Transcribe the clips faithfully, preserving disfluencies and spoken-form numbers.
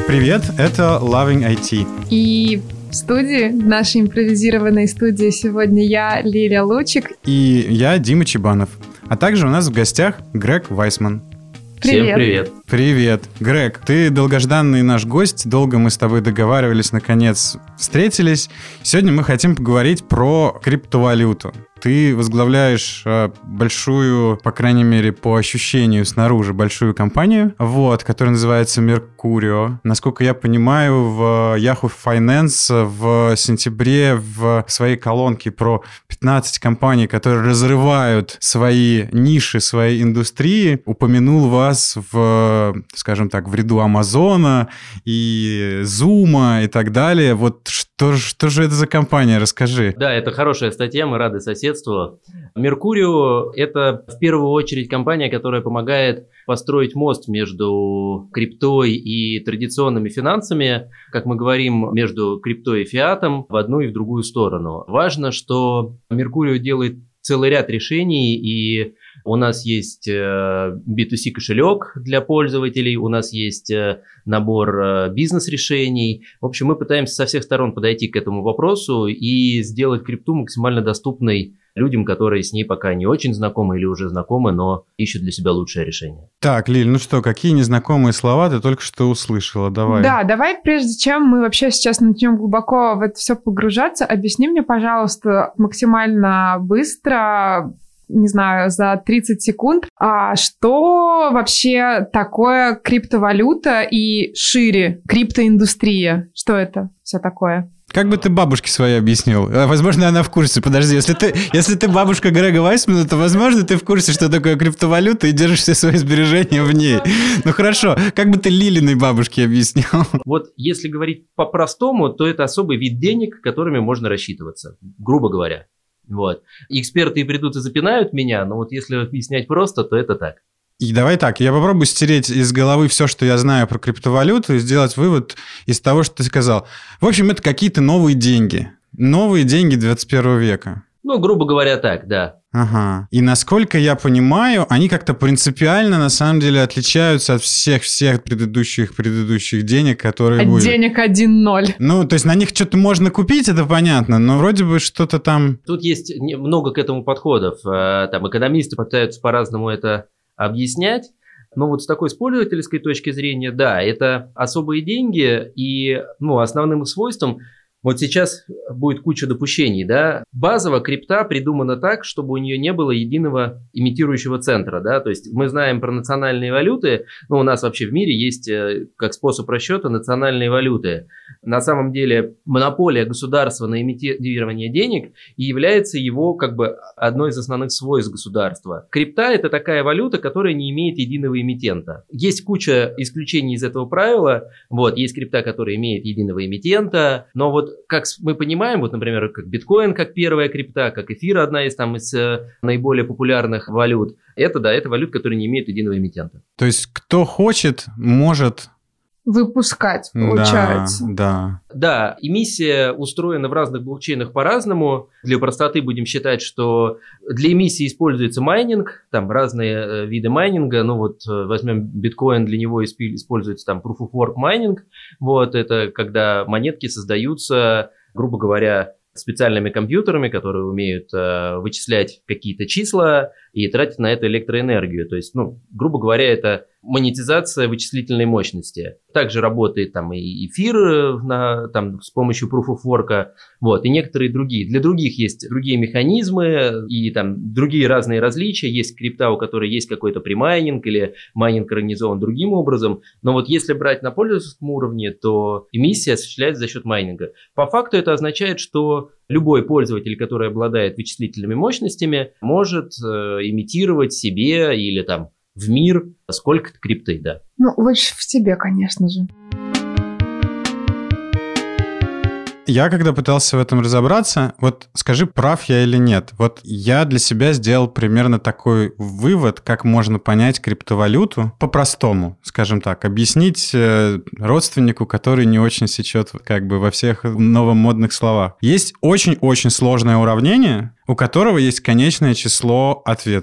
Привет, это Loving ай ти. И в студии, в нашей импровизированной студии сегодня я, Лиля Лучик. И я, Дима Чебанов. А также у нас в гостях Грег Вайсман. Привет. Всем привет. Привет. Грег, ты долгожданный наш гость. Долго мы с тобой договаривались, наконец встретились. Сегодня мы хотим поговорить про криптовалюту. Ты возглавляешь э, большую, по крайней мере, по ощущению снаружи, большую компанию, вот, которая называется Mercurio. Насколько я понимаю, в Yahoo Finance в сентябре в своей колонке про пятнадцать компаний, которые разрывают свои ниши, свои индустрии, упомянул вас в, скажем так, в ряду Амазона и Зума и так далее. Вот что, что же это за компания? Расскажи. Да, это хорошая статья, мы рады соседству. Mercurio – это в первую очередь компания, которая помогает построить мост между криптой и традиционными финансами, как мы говорим, между криптой и фиатом в одну и в другую сторону. Важно, что Mercurio делает целый ряд решений, и у нас есть би ту си кошелек для пользователей, у нас есть набор бизнес-решений. В общем, мы пытаемся со всех сторон подойти к этому вопросу и сделать крипту максимально доступной людям, которые с ней пока не очень знакомы или уже знакомы, но ищут для себя лучшее решение. Так, Лиль, ну что, какие незнакомые слова ты только что услышала? Давай. Да, давай, прежде чем мы вообще сейчас начнем глубоко в это все погружаться, объясни мне, пожалуйста, максимально быстро, не знаю, за тридцать секунд, а что вообще такое криптовалюта и шире криптоиндустрия? Что это все такое? Как бы ты бабушке своей объяснил? Возможно, она в курсе. Подожди, если ты, если ты бабушка Грега Вайсмана, то, возможно, ты в курсе, что такое криптовалюта, и держишь все свои сбережения в ней. Ну хорошо, как бы ты Лилиной бабушке объяснил? Вот если говорить по-простому, то это особый вид денег, которыми можно рассчитываться, грубо говоря. Вот. Эксперты и придут и запинают меня, но вот если объяснять просто, то это так. И давай так, я попробую стереть из головы все, что я знаю про криптовалюту, и сделать вывод из того, что ты сказал. В общем, это какие-то новые деньги. Новые деньги двадцать первого века. Ну, грубо говоря, так, да. Ага. И насколько я понимаю, они как-то принципиально, на самом деле, отличаются от всех-всех предыдущих предыдущих денег, которые от были. От денег один ноль. Ну, то есть на них что-то можно купить, это понятно, но вроде бы что-то там... Тут есть много к этому подходов. Там экономисты пытаются по-разному это объяснять. Но вот с такой с пользовательской точки зрения, да, это особые деньги, и ну, основным их свойством, вот сейчас будет куча допущений, да, базово крипта придумана так, чтобы у нее не было единого имитирующего центра, да, то есть мы знаем про национальные валюты, ну, у нас вообще в мире есть как способ расчета национальные валюты. На самом деле монополия государства на имитирование денег и является его как бы одной из основных свойств государства. Крипта – это такая валюта, которая не имеет единого эмитента. Есть куча исключений из этого правила, вот, есть крипта, которая имеет единого эмитента, но вот как мы понимаем, вот, например, как биткоин, как первая крипта, как эфир, одна из, там, из э, наиболее популярных валют, это, да, это валюта, которая не имеет единого эмитента. То есть, кто хочет, может... выпускать, получается. Да, да. Да, эмиссия устроена в разных блокчейнах по-разному. Для простоты будем считать, что для эмиссии используется майнинг, там разные виды майнинга. Ну вот возьмем биткоин, для него используется там proof of work майнинг. Вот это когда монетки создаются, грубо говоря, специальными компьютерами, которые умеют э, вычислять какие-то числа и тратить на это электроэнергию. То есть, ну, грубо говоря, это монетизация вычислительной мощности. Также работает там и эфир на, там, с помощью proof of work, вот, и некоторые другие. Для других есть другие механизмы и там другие разные различия. Есть крипта, у которой есть какой-то премайнинг или майнинг организован другим образом. Но вот если брать на пользовательском уровне, то эмиссия осуществляется за счет майнинга. По факту это означает, что любой пользователь, который обладает вычислительными мощностями, может э, имитировать себе или там в мир сколько-то крипты, да. Ну, лучше в себе, конечно же. Я когда пытался в этом разобраться, вот скажи, прав я или нет. Вот я для себя сделал примерно такой вывод, как можно понять криптовалюту по-простому, скажем так. Объяснить родственнику, который не очень сечет как бы во всех новомодных словах. Есть очень-очень сложное уравнение, у которого есть конечное число ответов.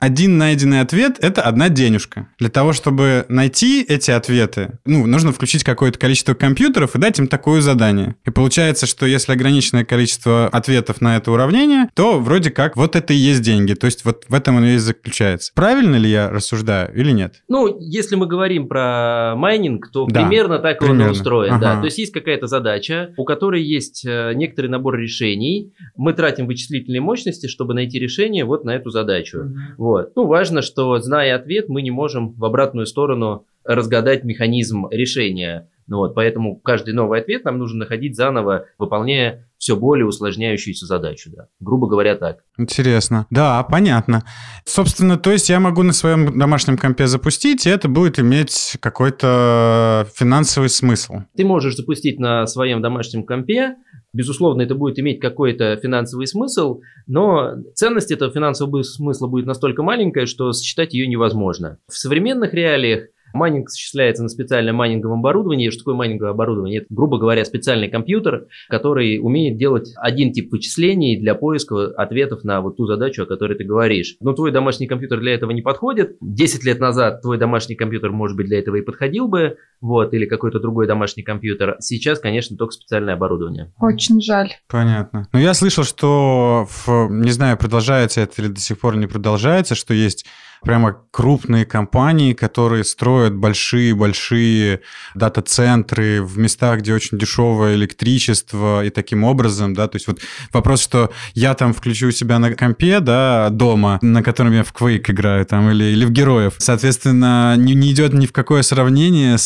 один найденный ответ – это одна денежка. Для того, чтобы найти эти ответы, ну, нужно включить какое-то количество компьютеров и дать им такое задание. И получается, что если ограниченное количество ответов на это уравнение, то вроде как вот это и есть деньги. То есть вот в этом оно и заключается. Правильно ли я рассуждаю или нет? Ну, если мы говорим про майнинг, то да, примерно так примерно. он устроен. Ага. Да. То есть есть какая-то задача, у которой есть некоторый набор решений. Мы тратим вычислительные мощности, чтобы найти решение вот на эту задачу. Mm-hmm. Вот. Ну, важно, что, зная ответ, мы не можем в обратную сторону разгадать механизм решения. Ну, вот, поэтому каждый новый ответ нам нужно находить заново, выполняя все более усложняющуюся задачу. Да. Грубо говоря, так. Интересно. Да, понятно. Собственно, то есть я могу на своем домашнем компе запустить, и это будет иметь какой-то финансовый смысл. Ты можешь запустить на своем домашнем компе. Безусловно, это будет иметь какой-то финансовый смысл, но ценность этого финансового смысла будет настолько маленькая, что сосчитать ее невозможно. В современных реалиях майнинг осуществляется на специальном майнинговом оборудовании. Что такое майнинговое оборудование? Это, грубо говоря, специальный компьютер, который умеет делать один тип вычислений для поиска ответов на вот ту задачу, о которой ты говоришь. Но твой домашний компьютер для этого не подходит. десять лет назад твой домашний компьютер, может быть, для этого и подходил бы, вот, или какой-то другой домашний компьютер. Сейчас, конечно, только специальное оборудование. Очень жаль. Понятно. Но я слышал, что, в, не знаю, продолжается это или до сих пор не продолжается, что есть прямо крупные компании, которые строят большие-большие дата-центры в местах, где очень дешевое электричество, и таким образом, да, то есть вот вопрос, что я там включу у себя на компе, да, дома, на котором я в Quake играю там, или, или в Героев, соответственно, не, не идет ни в какое сравнение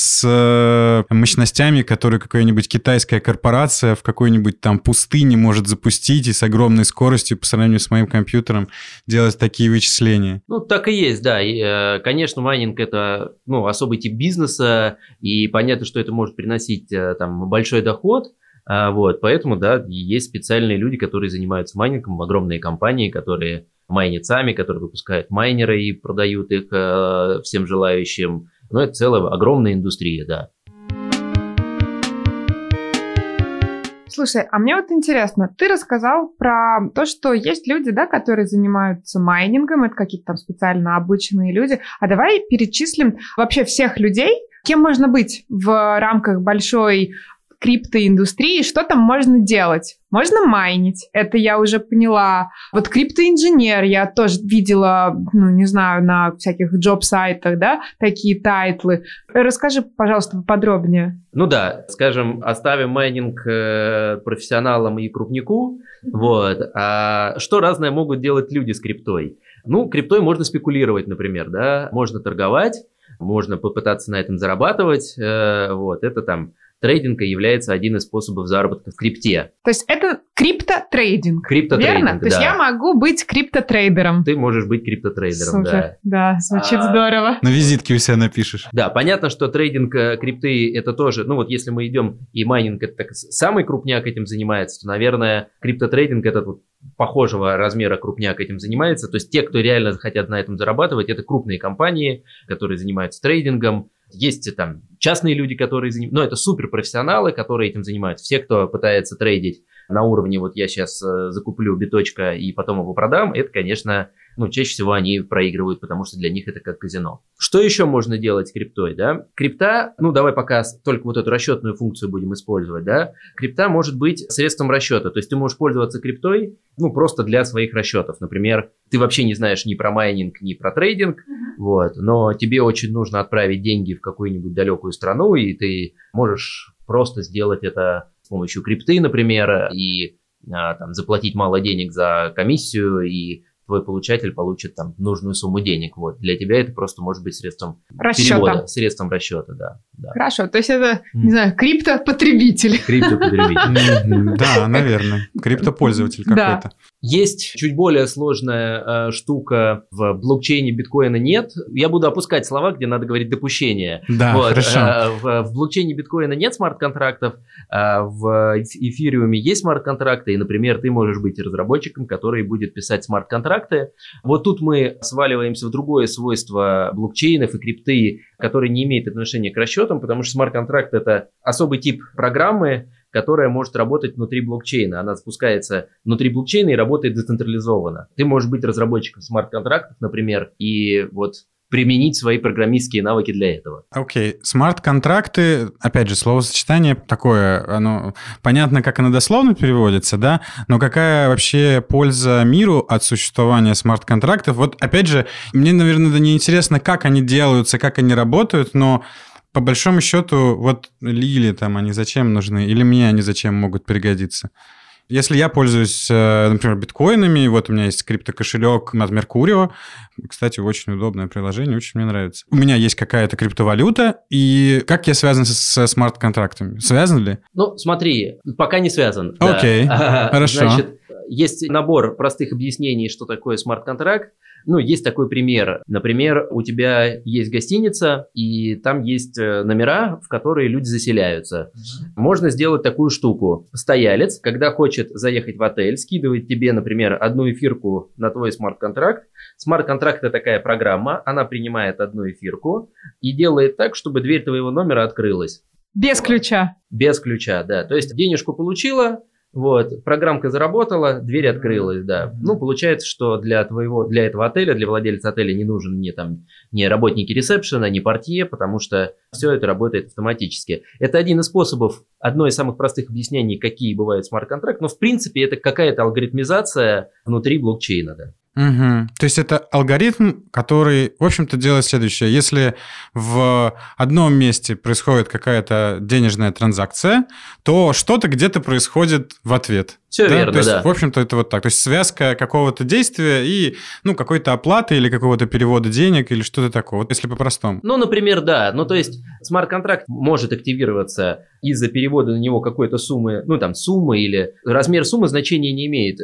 с мощностями, которые какая-нибудь китайская корпорация в какой-нибудь там пустыне может запустить и с огромной скоростью по сравнению с моим компьютером делать такие вычисления. Ну, так и есть. Есть, да. И, конечно, майнинг – это ну, особый тип бизнеса, и понятно, что это может приносить там, большой доход. Вот, поэтому, да, есть специальные люди, которые занимаются майнингом, огромные компании, которые майнят сами, которые выпускают майнеры и продают их всем желающим. Но это целая огромная индустрия, да. Слушай, а мне вот интересно, ты рассказал про то, что есть люди, да, которые занимаются майнингом, это какие-то там специально обученные люди. А давай перечислим вообще всех людей, кем можно быть в рамках большой криптоиндустрии, что там можно делать? Можно майнить, это я уже поняла. Вот криптоинженер я тоже видела, ну, не знаю, на всяких джоб-сайтах, да, такие тайтлы. Расскажи, пожалуйста, поподробнее. Ну да, скажем, оставим майнинг э, профессионалам и крупнику. Вот. А что разное могут делать люди с криптой? Ну, криптой можно спекулировать, например, да, можно торговать, можно попытаться на этом зарабатывать. Э, вот, это там... Трейдинг является один из способов заработка в крипте. То есть это криптотрейдинг, Криптотрейдинг, верно? да. То есть я могу быть криптотрейдером. Ты можешь быть криптотрейдером, Супер. да. Да, звучит а... здорово. На визитке у себя напишешь. Да, понятно, что трейдинг крипты это тоже, ну вот если мы идем, и майнинг это так, самый крупняк этим занимается, то, наверное, криптотрейдинг это вот похожего размера крупняк этим занимается. То есть те, кто реально хотят на этом зарабатывать, это крупные компании, которые занимаются трейдингом. Есть там частные люди, которые занимаются, но это суперпрофессионалы, которые этим занимаются. Все, кто пытается трейдить на уровне, вот я сейчас э, закуплю биточка и потом его продам, это, конечно, ну, чаще всего они проигрывают, потому что для них это как казино. Что еще можно делать с криптой, да? Крипта, ну, давай пока только вот эту расчетную функцию будем использовать, да? Крипта может быть средством расчета, то есть ты можешь пользоваться криптой, ну, просто для своих расчетов. Например, ты вообще не знаешь ни про майнинг, ни про трейдинг, uh-huh. вот, но тебе очень нужно отправить деньги в какую-нибудь далекую страну, и ты можешь просто сделать это с помощью крипты, например, и а, там, заплатить мало денег за комиссию, и твой получатель получит там нужную сумму денег. Вот. Для тебя это просто может быть средством расчета. Перевода, средством расчета, да, да. Хорошо, то есть это, mm. не знаю, криптопотребитель. Криптопотребитель. Да, наверное. Криптопользователь какой-то. Есть чуть более сложная э, штука в блокчейне биткоина нет. Я буду опускать слова, где надо говорить допущение. Да, вот. Хорошо. Э, в, в блокчейне биткоина нет смарт-контрактов, а в эфириуме есть смарт-контракты. И, например, ты можешь быть разработчиком, который будет писать смарт-контракты. Вот тут мы сваливаемся в другое свойство блокчейнов и крипты, который не имеет отношения к расчетам, потому что смарт-контракт – это особый тип программы, которая может работать внутри блокчейна. Она спускается внутри блокчейна и работает децентрализованно. Ты можешь быть разработчиком смарт-контрактов, например, и вот применить свои программистские навыки для этого. Окей, okay. Смарт-контракты, опять же, словосочетание такое, оно понятно, как оно дословно переводится, да, но какая вообще польза миру от существования смарт-контрактов? Вот, опять же, мне, наверное, не интересно, как они делаются, как они работают, но по большому счету, вот Лиле там они зачем нужны, или мне они зачем могут пригодиться? Если я пользуюсь, например, биткоинами, вот у меня есть криптокошелек от Mercurio, кстати, очень удобное приложение, очень мне нравится. У меня есть какая-то криптовалюта, и как я связан со смарт-контрактами? Связан ли? Ну, смотри, пока не связан. Окей, да. Хорошо. Значит, есть набор простых объяснений, что такое смарт-контракт. Ну, есть такой пример. Например, у тебя есть гостиница, и там есть номера, в которые люди заселяются. Можно сделать такую штуку. Постоялец, когда хочет заехать в отель, скидывает тебе, например, одну эфирку на твой смарт-контракт. Смарт-контракт – это такая программа, она принимает одну эфирку и делает так, чтобы дверь твоего номера открылась. Без ключа. Без ключа, да. То есть денежку получила, вот, программка заработала, дверь открылась, да. Ну, получается, что для твоего, для этого отеля, для владельца отеля не нужен ни там, ни работники ресепшена, ни портье, потому что все это работает автоматически. Это один из способов, одно из самых простых объяснений, какие бывают смарт-контракты, но в принципе это какая-то алгоритмизация внутри блокчейна, да. Угу. То есть это алгоритм, который, в общем-то, делает следующее. Если в одном месте происходит какая-то денежная транзакция, то что-то где-то происходит в ответ. Все да? верно, То есть, да. в общем-то, это вот так. То есть связка какого-то действия и ну, какой-то оплаты или какого-то перевода денег или что-то такое, вот если по-простому. Ну, например, да. Ну, то есть смарт-контракт может активироваться из-за перевода на него какой-то суммы, ну, там, суммы или размер суммы значения не имеет.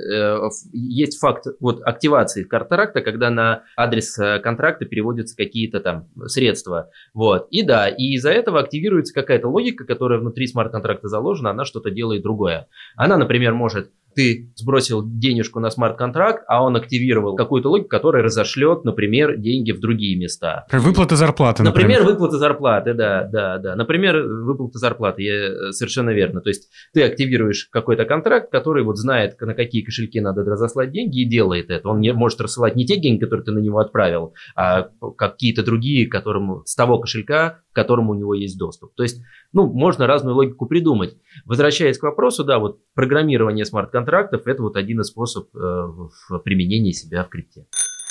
Есть факт вот активации контракта, когда на адрес контракта переводятся какие-то там средства. Вот. И да, и из-за этого активируется какая-то логика, которая внутри смарт-контракта заложена, она что-то делает другое. Она, например, может ты сбросил денежку на смарт-контракт, а он активировал какую-то логику, которая разошлет, например, деньги в другие места. Выплата зарплаты, например. Например, выплата зарплаты, да, да, да. Например, выплата зарплаты, я, совершенно верно. То есть ты активируешь какой-то контракт, который вот знает, на какие кошельки надо разослать деньги, и делает это. Он не может рассылать не те деньги, которые ты на него отправил, а какие-то другие, которому, с того кошелька, к которому у него есть доступ. То есть, ну, можно разную логику придумать. Возвращаясь к вопросу, да, вот программирование смарт-контрактов – это вот один из способов э, в применении себя в крипте.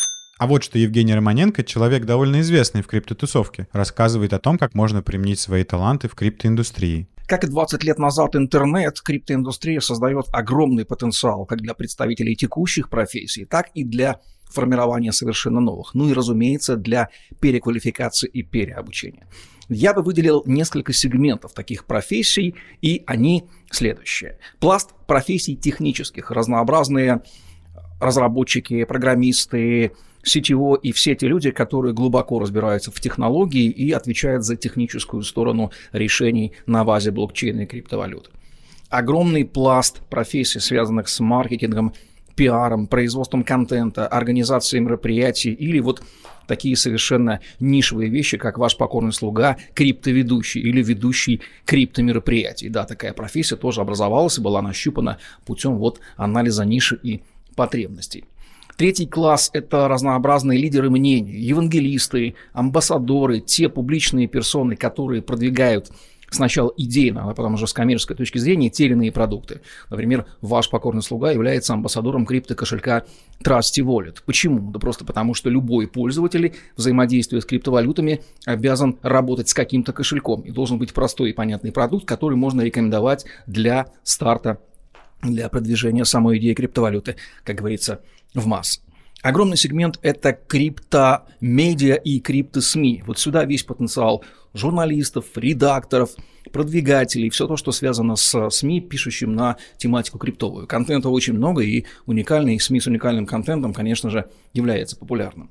А вот что Евгений Романенко, человек довольно известный в криптотусовке, рассказывает о том, как можно применить свои таланты в криптоиндустрии. Как и двадцать лет назад интернет, криптоиндустрия создает огромный потенциал как для представителей текущих профессий, так и для формирования совершенно новых. Ну и, разумеется, для переквалификации и переобучения. Я бы выделил несколько сегментов таких профессий, и они следующие. Пласт профессий технических, разнообразные разработчики, программисты, сетево и все те люди, которые глубоко разбираются в технологии и отвечают за техническую сторону решений на базе блокчейна и криптовалют. Огромный пласт профессий, связанных с маркетингом, пиаром, производством контента, организацией мероприятий или вот такие совершенно нишевые вещи, как ваш покорный слуга, криптоведущий или ведущий криптомероприятий. Да, такая профессия тоже образовалась и была нащупана путем вот анализа ниши и потребностей. Третий класс – это разнообразные лидеры мнений, евангелисты, амбассадоры, те публичные персоны, которые продвигают сначала идейно, а потом уже с коммерческой точки зрения те или иные продукты. Например, ваш покорный слуга является амбассадором криптокошелька Trusty Wallet. Почему? Да просто потому, что любой пользователь, взаимодействуя с криптовалютами, обязан работать с каким-то кошельком. И должен быть простой и понятный продукт, который можно рекомендовать для старта, для продвижения самой идеи криптовалюты, как говорится, в массы. Огромный сегмент – это криптомедиа и крипто-СМИ. Вот сюда весь потенциал журналистов, редакторов, продвигателей, все то, что связано с СМИ, пишущим на тематику криптовую. Контента очень много, и уникальный СМИ с уникальным контентом, конечно же, является популярным.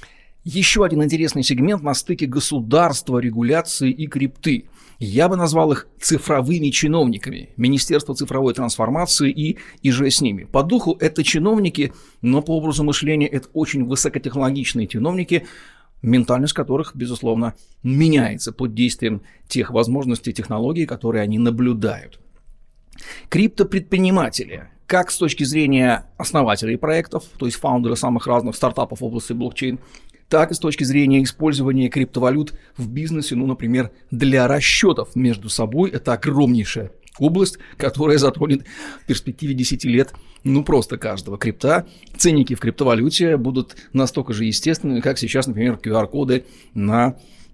Еще один интересный сегмент на стыке государства, регуляции и крипты. Я бы назвал их цифровыми чиновниками. Министерство цифровой трансформации и иже с ними. По духу это чиновники, но по образу мышления это очень высокотехнологичные чиновники, ментальность которых, безусловно, меняется под действием тех возможностей и технологий, которые они наблюдают. Криптопредприниматели, как с точки зрения основателей проектов, то есть фаундеры самых разных стартапов в области блокчейн, так и с точки зрения использования криптовалют в бизнесе, ну, например, для расчетов между собой. Это огромнейшая область, которая затронет в перспективе десяти лет, ну, просто каждого крипта. Ценники в криптовалюте будут настолько же естественными, как сейчас, например, ку ар-коды на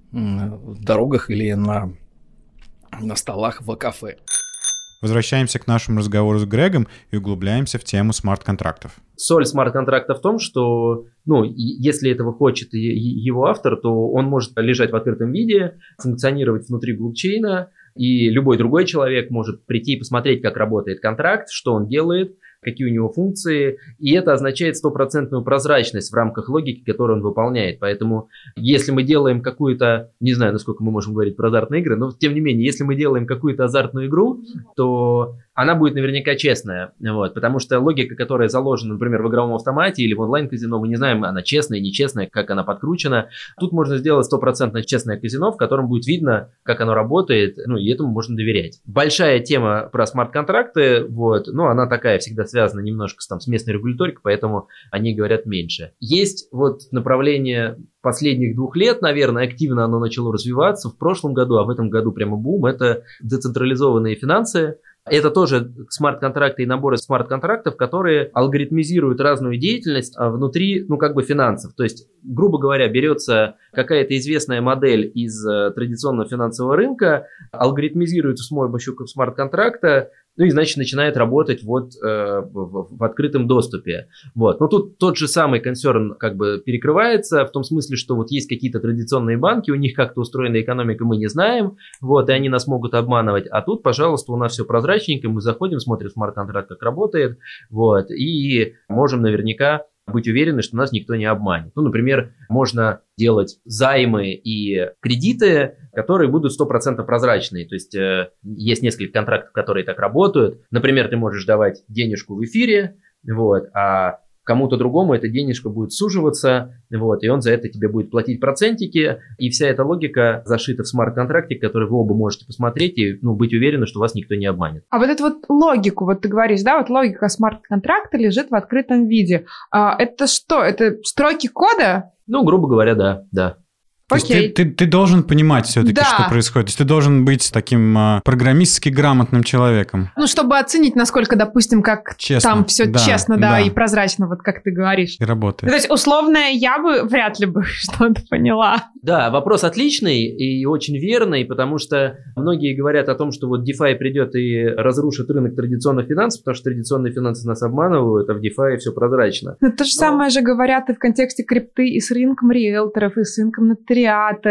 дорогах или на, на столах в кафе. Возвращаемся к нашему разговору с Грегом и углубляемся в тему смарт-контрактов. Соль смарт-контракта в том, что, ну, если этого хочет его автор, то он может лежать в открытом виде, функционировать внутри блокчейна, и любой другой человек может прийти и посмотреть, как работает контракт, что он делает, какие у него функции, и это означает стопроцентную прозрачность в рамках логики, которую он выполняет. Поэтому, если мы делаем какую-то, не знаю, насколько мы можем говорить про азартные игры, но тем не менее, если мы делаем какую-то азартную игру, то она будет наверняка честная, вот, потому что логика, которая заложена, например, в игровом автомате или в онлайн-казино, мы не знаем, она честная, нечестная, как она подкручена. Тут можно сделать стопроцентно честное казино, в котором будет видно, как оно работает, ну, и этому можно доверять. Большая тема про смарт-контракты, вот, ну, она такая всегда связана немножко с, там, с местной регуляторикой, поэтому они говорят меньше. Есть вот направление последних двух лет, наверное, активно оно начало развиваться в прошлом году, а в этом году прямо бум, это децентрализованные финансы. Это тоже смарт-контракты и наборы смарт-контрактов, которые алгоритмизируют разную деятельность внутри, ну, как бы финансов. То есть, грубо говоря, берется какая-то известная модель из традиционного финансового рынка, алгоритмизируется с помощью смарт-контракта, ну и, значит, начинает работать вот э, в, в открытом доступе. Вот. Но тут тот же самый консерн как бы перекрывается в том смысле, что вот есть какие-то традиционные банки, у них как-то устроена экономика, мы не знаем, вот, и они нас могут обманывать. А тут, пожалуйста, у нас все прозрачненько, мы заходим, смотрим смарт-контракт, как работает, вот, и можем наверняка быть уверены, что нас никто не обманет. Ну, например, можно делать займы и кредиты, которые будут сто процентов прозрачные. То есть э, есть несколько контрактов, которые так работают. Например, ты можешь давать денежку в эфире, вот, а кому-то другому эта денежка будет суживаться, вот, и он за это тебе будет платить процентики, и вся эта логика зашита в смарт-контракте, который вы оба можете посмотреть и, ну, быть уверены, что вас никто не обманет. А вот эту вот логику, вот ты говоришь, да, вот логика смарт-контракта лежит в открытом виде. А, это что, это строки кода? Ну, грубо говоря, да, да. То есть ты, ты, ты должен понимать все-таки, да, что происходит. То есть ты должен быть таким а, программистски грамотным человеком. Ну, чтобы оценить, насколько, допустим, как честно, там все да, честно, да, да, и прозрачно, вот как ты говоришь. И работает. То есть, условно, я бы вряд ли бы что-то поняла. Да, вопрос отличный и очень верный, потому что многие говорят о том, что вот DeFi придет и разрушит рынок традиционных финансов, потому что традиционные финансы нас обманывают, а в DeFi все прозрачно. Ну, то же Но... самое же говорят и в контексте крипты, и с рынком риэлторов, и с рынком нотариата,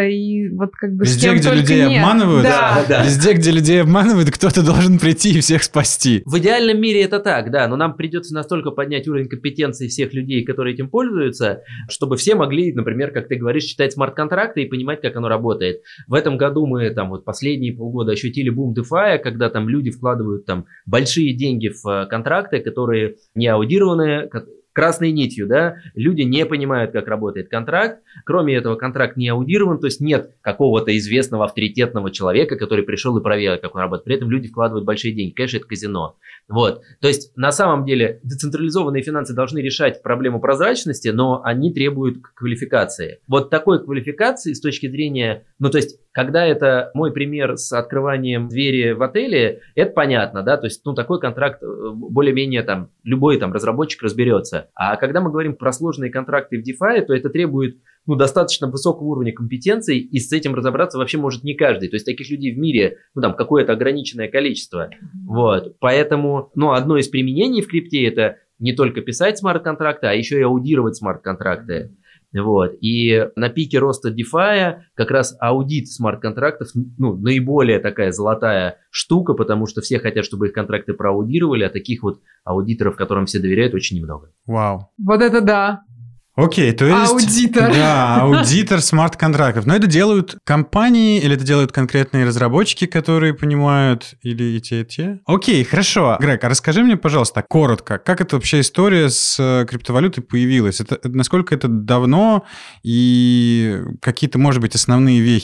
и вот как бы везде, с тем где только людей нет. обманывают, да. Да. Везде, где людей обманывают, кто-то должен прийти и всех спасти. В идеальном мире это так, да, но нам придется настолько поднять уровень компетенции всех людей, которые этим пользуются, чтобы все могли, например, как ты говоришь, читать смарт-контракты и понимать, как оно работает. В этом году мы там вот последние полгода ощутили бум DeFi, когда там люди вкладывают там большие деньги в контракты, которые не аудированы, красной нитью, да, люди не понимают, как работает контракт. Кроме этого, контракт не аудирован, то есть нет какого-то известного авторитетного человека, который пришел и проверил, как он работает. При этом люди вкладывают большие деньги. Конечно, это казино. Вот. То есть, на самом деле, децентрализованные финансы должны решать проблему прозрачности, но они требуют квалификации. Вот такой квалификации с точки зрения, ну, то есть, когда это мой пример с открыванием двери в отеле, это понятно, да, то есть, ну, такой контракт более-менее там любой там разработчик разберется. А когда мы говорим про сложные контракты в DeFi, то это требует, ну, достаточно высокого уровня компетенций, и с этим разобраться вообще может не каждый. То есть таких людей в мире, ну, там, какое-то ограниченное количество. Вот. Поэтому, ну, одно из применений в крипте – это не только писать смарт-контракты, а еще и аудировать смарт-контракты. Вот. И на пике роста DeFi как раз аудит смарт-контрактов, ну, наиболее такая золотая штука, потому что все хотят, чтобы их контракты проаудировали, а таких вот аудиторов, которым все доверяют, очень немного. Вау. Вот это да. Окей, то есть... Аудитор. Да, аудитор смарт-контрактов. Но это делают компании или это делают конкретные разработчики, которые понимают, или и те, и те? Окей, хорошо. Грег, а расскажи мне, пожалуйста, коротко, как эта вообще история с криптовалютой появилась? Это, насколько это давно и какие-то, может быть, основные вехи?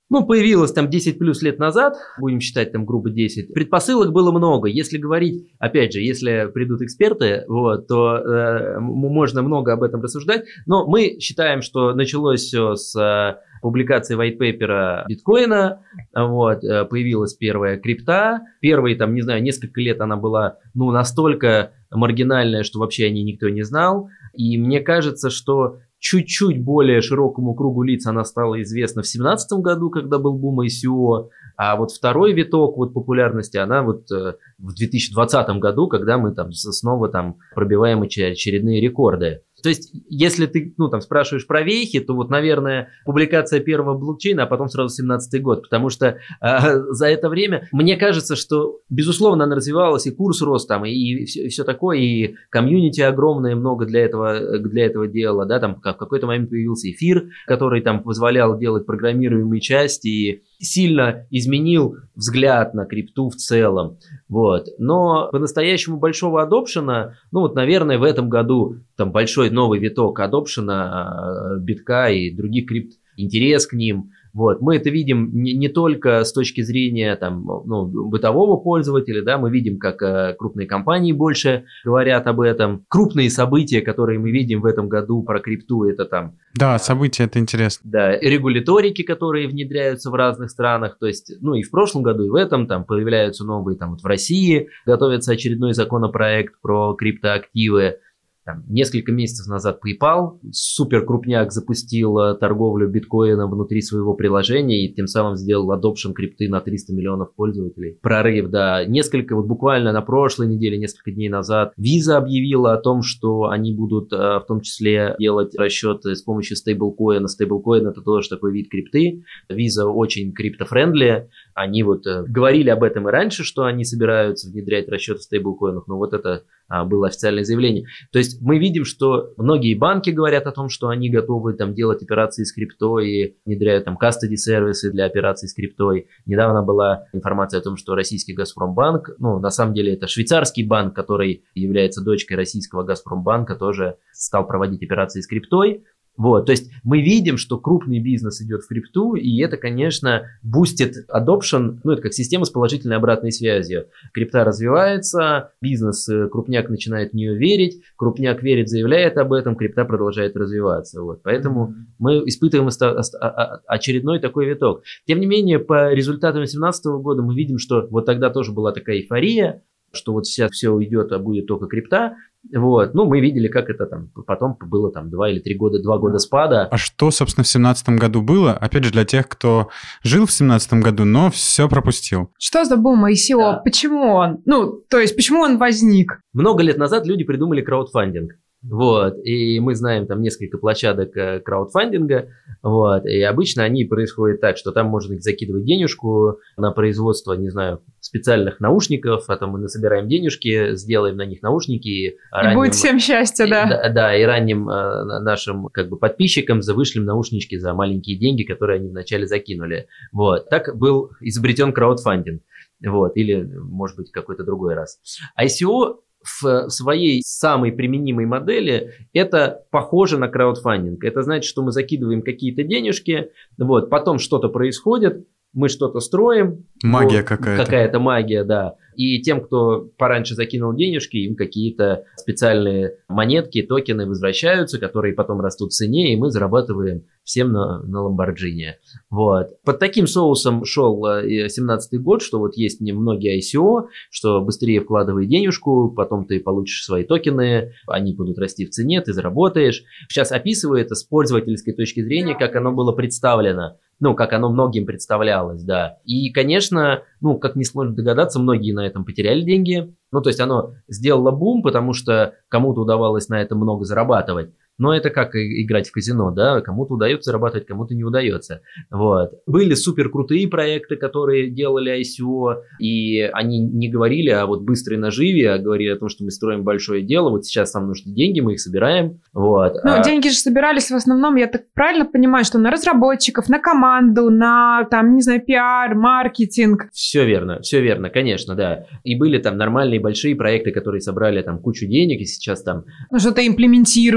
Ну, появилась там десять плюс лет назад, будем считать там грубо десять. Предпосылок было много. Если говорить, опять же, если придут эксперты, вот, то э, можно много об этом рассуждать. Но мы считаем, что началось все с э, публикации white paper биткоина. Вот, э, появилась первая крипта. Первые, там, не знаю, несколько лет она была, ну, настолько маргинальная, что вообще о ней никто не знал. И мне кажется, что чуть-чуть более широкому кругу лиц она стала известна в две тысячи семнадцатом году, когда был бум ай си о, а вот второй виток вот популярности, она вот э, в две тысячи двадцатом году, когда мы там снова там пробиваем очередные рекорды. То есть, если ты, ну, там, спрашиваешь про вехи, то вот, наверное, публикация первого блокчейна, а потом сразу семнадцатый год, потому что э, за это время, мне кажется, что, безусловно, она развивалась, и курс рос там, и, и, все, и все такое, и комьюнити огромное много для этого, для этого дела, да, там в какой-то момент появился эфир, который там позволял делать программируемые части и сильно изменил взгляд на крипту в целом, вот. Но по-настоящему большого адопшена, ну, вот, наверное, в этом году там большой новый виток адопшена битка и других крипт, интерес к ним. Вот. Мы это видим не, не только с точки зрения там, ну, бытового пользователя, да, мы видим, как э, крупные компании больше говорят об этом. Крупные события, которые мы видим в этом году про крипту, это там... Да, события, это интересно. Да, регуляторики, которые внедряются в разных странах, то есть, ну и в прошлом году, и в этом, там появляются новые, там вот в России готовится очередной законопроект про криптоактивы. Там, несколько месяцев назад PayPal, супер крупняк, запустил торговлю биткоином внутри своего приложения и тем самым сделал adoption крипты на триста миллионов пользователей. Прорыв, да. Несколько, вот буквально на прошлой неделе, несколько дней назад, Visa объявила о том, что они будут в том числе делать расчеты с помощью стейблкоина. Стейблкоин — это тоже такой вид крипты. Visa очень крипто-френдли. Они вот говорили об этом и раньше, что они собираются внедрять расчеты в стейблкоинах, но вот это было официальное заявление. То есть мы видим, что многие банки говорят о том, что они готовы там делать операции с криптой и внедряют там кастоди-сервисы для операций с криптой. Недавно была информация о том, что российский Газпромбанк, ну, на самом деле это швейцарский банк, который является дочкой российского Газпромбанка, тоже стал проводить операции с криптой. Вот, то есть мы видим, что крупный бизнес идет в крипту, и это, конечно, бустит adoption, ну, это как система с положительной обратной связью. Крипта развивается, бизнес, крупняк начинает в нее верить, крупняк верит, заявляет об этом, крипта продолжает развиваться. Вот, поэтому мы испытываем очередной такой виток. Тем не менее, по результатам две тысячи семнадцатого года мы видим, что вот тогда тоже была такая эйфория, что вот сейчас все уйдет, а будет только крипта. Вот. Ну, мы видели, как это там потом было там два или три года, два года спада. А что, собственно, в семнадцатом году было? Опять же, для тех, кто жил в семнадцатом году, но все пропустил. Что за бум ай си о? Да. Почему он? Ну, то есть, почему он возник? Много лет назад люди придумали краудфандинг. Вот, и мы знаем там несколько площадок краудфандинга, вот, и обычно они происходят так, что там можно закидывать денежку на производство, не знаю, специальных наушников, потом мы насобираем денежки, сделаем на них наушники. И, и ранним, будет всем счастье, да. И, да. Да, и ранним э, нашим как бы подписчикам завышлем наушнички за маленькие деньги, которые они вначале закинули. Вот, так был изобретен краудфандинг, вот, или, может быть, какой-то другой раз. ай си о в своей самой применимой модели это похоже на краудфандинг. Это значит, что мы закидываем какие-то денежки, вот, потом что-то происходит, мы что-то строим. Магия вот, какая-то. Какая-то магия, да. И тем, кто пораньше закинул денежки, им какие-то специальные монетки, токены возвращаются, которые потом растут в цене, и мы зарабатываем всем на, на Lamborghini. Вот. Под таким соусом шел семнадцатый год, что вот есть многие ай си о, что быстрее вкладывай денежку, потом ты получишь свои токены, они будут расти в цене, ты заработаешь. Сейчас описываю это с пользовательской точки зрения, как оно было представлено. Ну, как оно многим представлялось, да. И, конечно, ну, как несложно догадаться, многие на этом потеряли деньги. Ну, то есть оно сделало бум, потому что кому-то удавалось на этом много зарабатывать. Но это как играть в казино, да, кому-то удается зарабатывать, кому-то не удается. Вот. Были супер крутые проекты, которые делали ай си о, и они не говорили о вот быстрой наживе, а говорили о том, что мы строим большое дело, вот сейчас нам нужны деньги, мы их собираем. Вот. Ну, а... деньги же собирались в основном, я так правильно понимаю, что на разработчиков, на команду, на, там, не знаю, пиар, маркетинг. Все верно, все верно, конечно, да. И были там нормальные большие проекты, которые собрали там кучу денег, и сейчас там... Ну, что-то имплементируют, что-то да.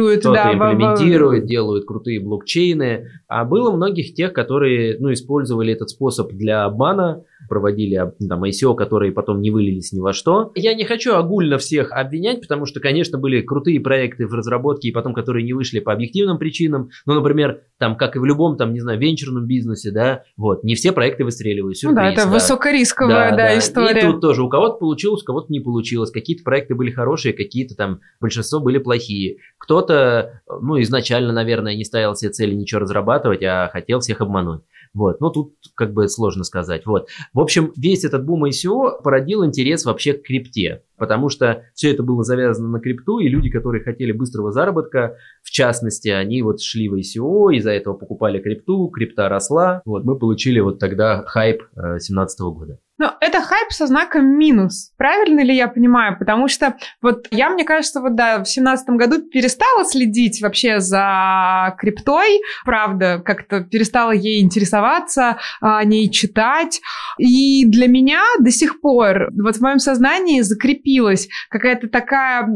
да, имплементируют, делают крутые блокчейны. А было многих тех, которые, ну, использовали этот способ для обмана, проводили там ай си о, которые потом не вылились ни во что. Я не хочу огульно всех обвинять, потому что, конечно, были крутые проекты в разработке, и потом, которые не вышли по объективным причинам. Ну, например, там, как и в любом, там, не знаю, венчурном бизнесе, да, вот, не все проекты выстреливают. Сюрприз, ну да, это да. высокорисковая, да, да, история. И тут тоже у кого-то получилось, у кого-то не получилось. Какие-то проекты были хорошие, какие-то там, большинство были плохие. Кто-то, ну, изначально, наверное, не ставил себе цели ничего разрабатывать, а хотел всех обмануть. Вот, ну тут как бы сложно сказать. Вот. В общем, весь этот бум ай си о породил интерес вообще к крипте, потому что все это было завязано на крипту, и люди, которые хотели быстрого заработка, в частности, они вот шли в ай си о, из-за этого покупали крипту, крипта росла. Вот, мы получили вот тогда хайп две тысячи семнадцатого года. Но это хайп со знаком минус, правильно ли я понимаю? Потому что вот я, мне кажется, вот да, в семнадцатом году перестала следить вообще за криптой, правда, как-то перестала ей интересоваться, о ней читать. И для меня до сих пор вот в моем сознании закрепилась какая-то такая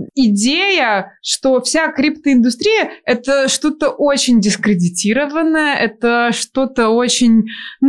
идея, что вся криптоиндустрия — это что-то очень дискредитированное, это что-то очень,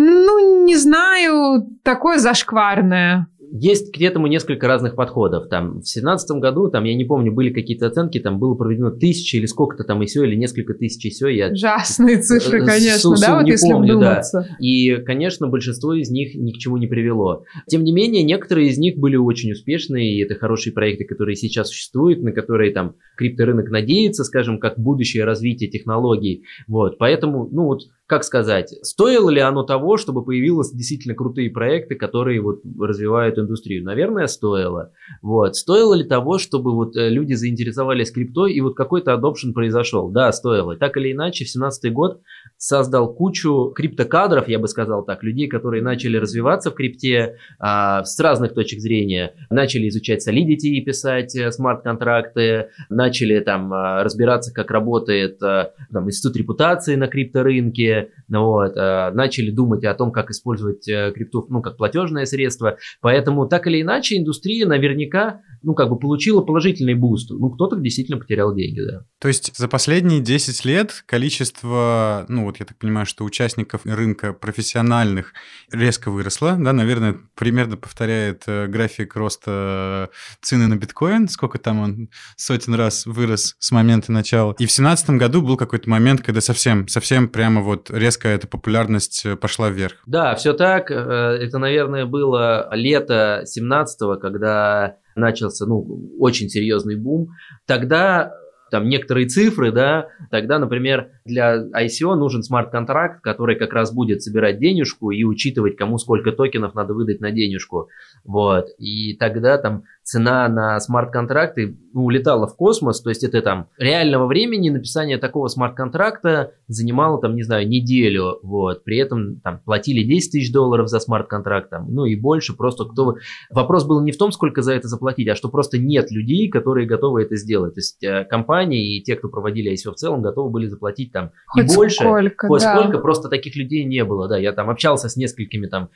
ну, не знаю, такое зашкварное. Шкварная. Есть к этому несколько разных подходов. Там, в две тысячи семнадцатом году, там, я не помню, были какие-то оценки, там было проведено тысячи или сколько-то там ай си о, или несколько тысяч ай си о. Я... Ужасные цифры, конечно, да, вот если помню, вдуматься. Да. И, конечно, большинство из них ни к чему не привело. Тем не менее, некоторые из них были очень успешные, и это хорошие проекты, которые сейчас существуют, на которые там крипторынок надеется, скажем, как будущее развитие технологий. Вот. Поэтому, ну вот, как сказать, стоило ли оно того, чтобы появились действительно крутые проекты, которые вот развивают индустрию? Наверное, стоило. Вот. Стоило ли того, чтобы вот люди заинтересовались криптой и вот какой-то adoption произошел? Да, стоило. Так или иначе, в семнадцатый год создал кучу криптокадров, я бы сказал так, людей, которые начали развиваться в крипте а, с разных точек зрения, начали изучать Solidity и писать смарт-контракты, начали там разбираться, как работает там, институт репутации на крипторынке, вот, начали думать о том, как использовать крипту, ну, как платежное средство. Поэтому, так или иначе, индустрия наверняка, ну, как бы получила положительный буст. Ну, кто-то действительно потерял деньги, да. То есть за последние десять лет количество, ну, вот я так понимаю, что участников рынка профессиональных резко выросло, да, наверное, примерно повторяет график роста цены на биткоин, сколько там он сотен раз вырос с момента начала. И в семнадцатом году был какой-то момент, когда совсем, совсем прямо вот резко эта популярность пошла вверх. Да, все так. Это, наверное, было лето семнадцатого, когда начался, ну, очень серьезный бум. Тогда там некоторые цифры, да, тогда, например, для ай си о нужен смарт-контракт, который как раз будет собирать денежку и учитывать, кому сколько токенов надо выдать на денежку. Вот. И тогда там цена на смарт-контракты, ну, улетала в космос, то есть это там реального времени написание такого смарт-контракта занимало там, не знаю, неделю, вот, при этом там платили десять тысяч долларов за смарт-контракт, там, ну и больше, просто кто... Вопрос был не в том, сколько за это заплатить, а что просто нет людей, которые готовы это сделать, то есть э, компании и те, кто проводили ай си о в целом, готовы были заплатить там хоть и больше, сколько, хоть да. сколько, просто таких людей не было, да, я там общался с несколькими там,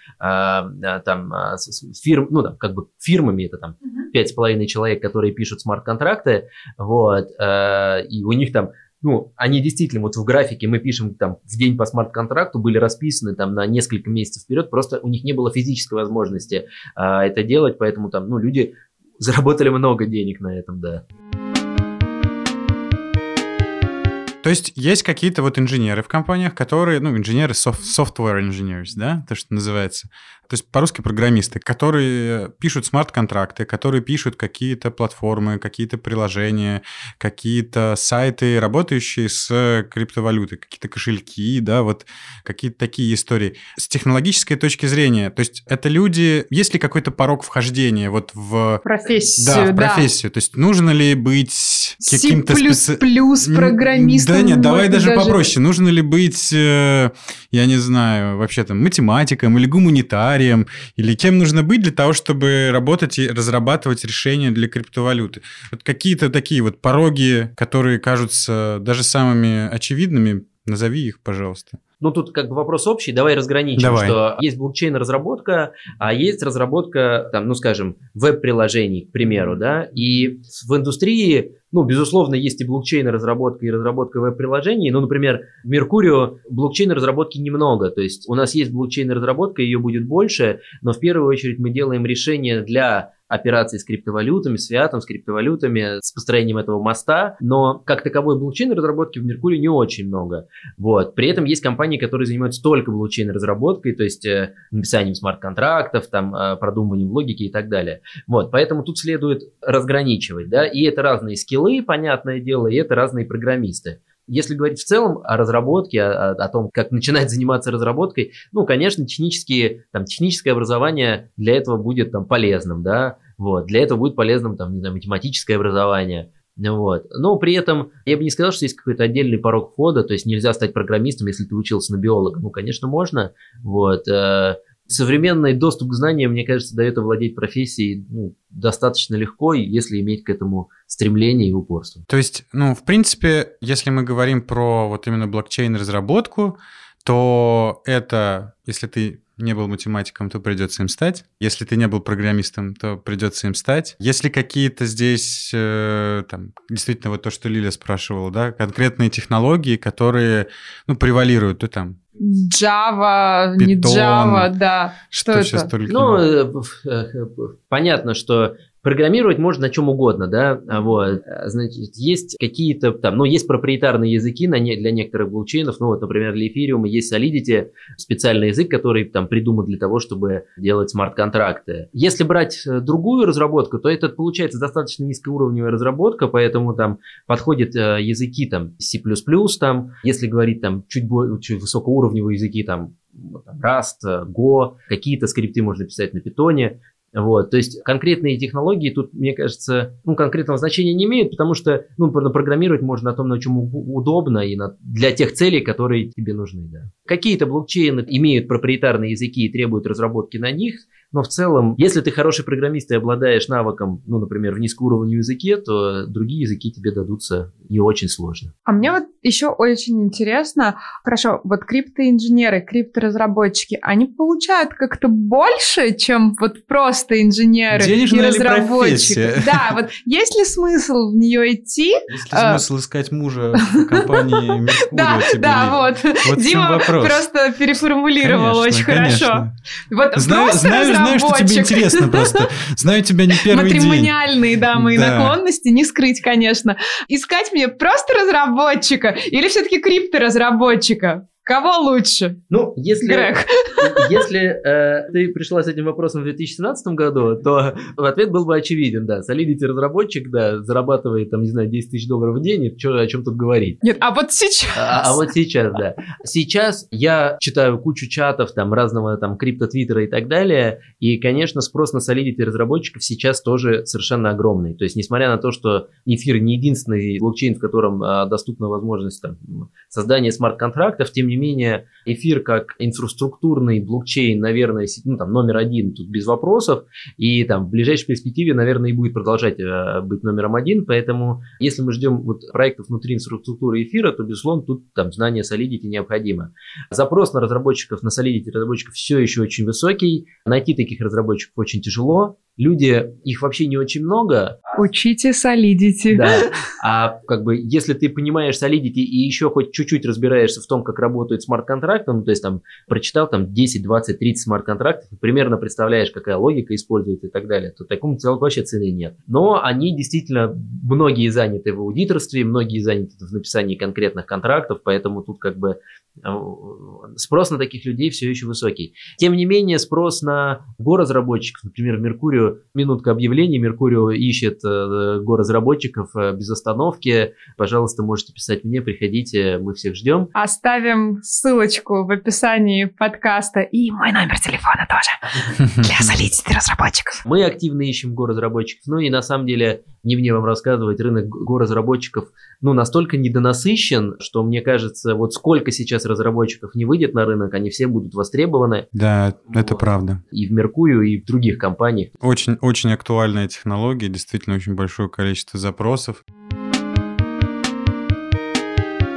э, там э, с, с фирм, ну, там, как бы фирмами, это там пять с половиной человек, которые пишут смарт-контракты, вот, э, и у них там, ну, они действительно, вот в графике мы пишем там в день по смарт-контракту, были расписаны там на несколько месяцев вперед, просто у них не было физической возможности э, это делать, поэтому там, ну, люди заработали много денег на этом, да. То есть есть какие-то вот инженеры в компаниях, которые, ну, инженеры, soft, software engineers, да, то, что называется. То есть по-русски программисты, которые пишут смарт-контракты, которые пишут какие-то платформы, какие-то приложения, какие-то сайты, работающие с криптовалютой, какие-то кошельки, да, вот какие-то такие истории. С технологической точки зрения, то есть это люди, есть ли какой-то порог вхождения вот в... Профессию, да. в профессию, да. То есть нужно ли быть каким-то... C++ специ... программистом? Да нет, давай даже, даже попроще. Нужно ли быть, я не знаю, вообще там математиком или гуманитарием, или кем нужно быть для того, чтобы работать и разрабатывать решения для криптовалюты? Вот какие-то такие вот пороги, которые кажутся даже самыми очевидными, назови их, пожалуйста. Ну, тут как бы вопрос общий, давай разграничим, давай. Что есть блокчейн-разработка, а есть разработка, там, ну, скажем, веб-приложений, к примеру, да, и в индустрии, ну, безусловно, есть и блокчейн-разработка, и разработка веб-приложений, ну, например, в Mercurio блокчейн-разработки немного, то есть у нас есть блокчейн-разработка, ее будет больше, но в первую очередь мы делаем решения для операций с криптовалютами, с фиатом, с криптовалютами, с построением этого моста, но как таковой блокчейн-разработки в Mercurio не очень много. Вот. При этом есть компании, которые занимаются только блокчейн-разработкой, то есть э, написанием смарт-контрактов, там, э, продумыванием логики и так далее. Вот. Поэтому тут следует разграничивать, да, и это разные скиллы, понятное дело, и это разные программисты. Если говорить в целом о разработке, о, о том, как начинать заниматься разработкой, ну, конечно, технические, там, техническое образование для этого будет там, полезным, да, вот, для этого будет полезным там, не знаю, математическое образование, вот. Но при этом я бы не сказал, что есть какой-то отдельный порог входа, то есть нельзя стать программистом, если ты учился на биолога, ну, конечно, можно, вот. Современный доступ к знаниям, мне кажется, дает овладеть профессией ну, достаточно легко, если иметь к этому стремление и упорство. То есть, ну, в принципе, если мы говорим про вот именно блокчейн-разработку, то это, если ты не был математиком, то придется им стать. Если ты не был программистом, то придется им стать. Если какие-то здесь, э, там, действительно, вот то, что Лиля спрашивала, да, конкретные технологии, которые, ну, превалируют, то там Java, Python, не Java, да. Что, что это? Только... Ну, понятно, что программировать можно на чем угодно, да, вот, значит, есть какие-то там, ну, есть проприетарные языки на не, для некоторых блокчейнов, ну, вот, например, для Ethereum есть Solidity, специальный язык, который там придуман для того, чтобы делать смарт-контракты. Если брать другую разработку, то это получается достаточно низкоуровневая разработка, поэтому там подходят э, языки там C++, там, если говорить там чуть, более, чуть высокоуровневые языки, там, там Rust, Go, какие-то скрипты можно писать на Python. Вот, то есть конкретные технологии тут, мне кажется, ну, конкретного значения не имеют, потому что ну, программировать можно на том, на чем удобно и на, для тех целей, которые тебе нужны. Да. Какие-то блокчейны имеют проприетарные языки и требуют разработки на них, но в целом, если ты хороший программист и обладаешь навыком, ну, например, в низкоуровневом языке, то другие языки тебе дадутся не очень сложно. А мне вот еще очень интересно, хорошо, вот криптоинженеры, крипторазработчики, они получают как-то больше, чем вот просто инженеры Денежная и разработчики? Профессия? Да, вот есть ли смысл в нее идти? Есть ли смысл искать мужа в компании Mercurio? Да, да, вот. Дима просто переформулировал очень хорошо. Вот просто Знаю, что тебе интересно просто. Знаю тебя не первый день. Матримониальные, да, мои да. наклонности, не скрыть, конечно. Искать мне просто разработчика или все-таки крипторазработчика? Кого лучше? Ну, если, если э, ты пришла с этим вопросом в две тысячи семнадцатом году, то ответ был бы очевиден, да. Solidity разработчик, да, зарабатывает, там, не знаю, десять тысяч долларов в день, и чё, о чем тут говорить? Нет, а вот сейчас? А, а вот сейчас, да. Сейчас я читаю кучу чатов, там, разного, там, крипто-твиттера и так далее, и, конечно, спрос на Solidity разработчиков сейчас тоже совершенно огромный. То есть, несмотря на то, что эфир не единственный блокчейн, в котором а, доступна возможность там, создания смарт-контрактов, тем не менее, эфир как инфраструктурный блокчейн, наверное, ну, там, номер один, тут без вопросов, и там в ближайшей перспективе, наверное, и будет продолжать э, быть номером один, поэтому если мы ждем вот, проектов внутри инфраструктуры эфира, то, безусловно, тут там знание Solidity необходимо. Запрос на разработчиков, на Solidity разработчиков все еще очень высокий, найти таких разработчиков очень тяжело, люди, их вообще не очень много. Учите Solidity. Да, а как бы, если ты понимаешь Solidity и еще хоть чуть-чуть разбираешься в том, как работают смарт-контракты, ну, то есть там прочитал там десять, двадцать, тридцать смарт-контрактов, и примерно представляешь, какая логика используется и так далее, то такому целому вообще цены нет. Но они действительно, многие заняты в аудиторстве, многие заняты в написании конкретных контрактов, поэтому тут как бы спрос на таких людей все еще высокий. Тем не менее, спрос на го-разработчиков, например, в Mercurio, минутка объявлений, Mercurio ищет э, го-разработчиков э, без остановки. Пожалуйста, можете писать мне, приходите, мы всех ждем. Оставим ссылочку в описании подкаста и мой номер телефона тоже для Solidity разработчиков. Мы активно ищем го-разработчиков, ну и на самом деле, не мне вам рассказывать, рынок го-разработчиков ну, настолько недонасыщен, что мне кажется, вот сколько сейчас разработчиков не выйдет на рынок, они все будут востребованы. Да, вот. Это правда. И в Mercurio, и в других компаниях. Очень, очень актуальная технология, действительно очень большое количество запросов.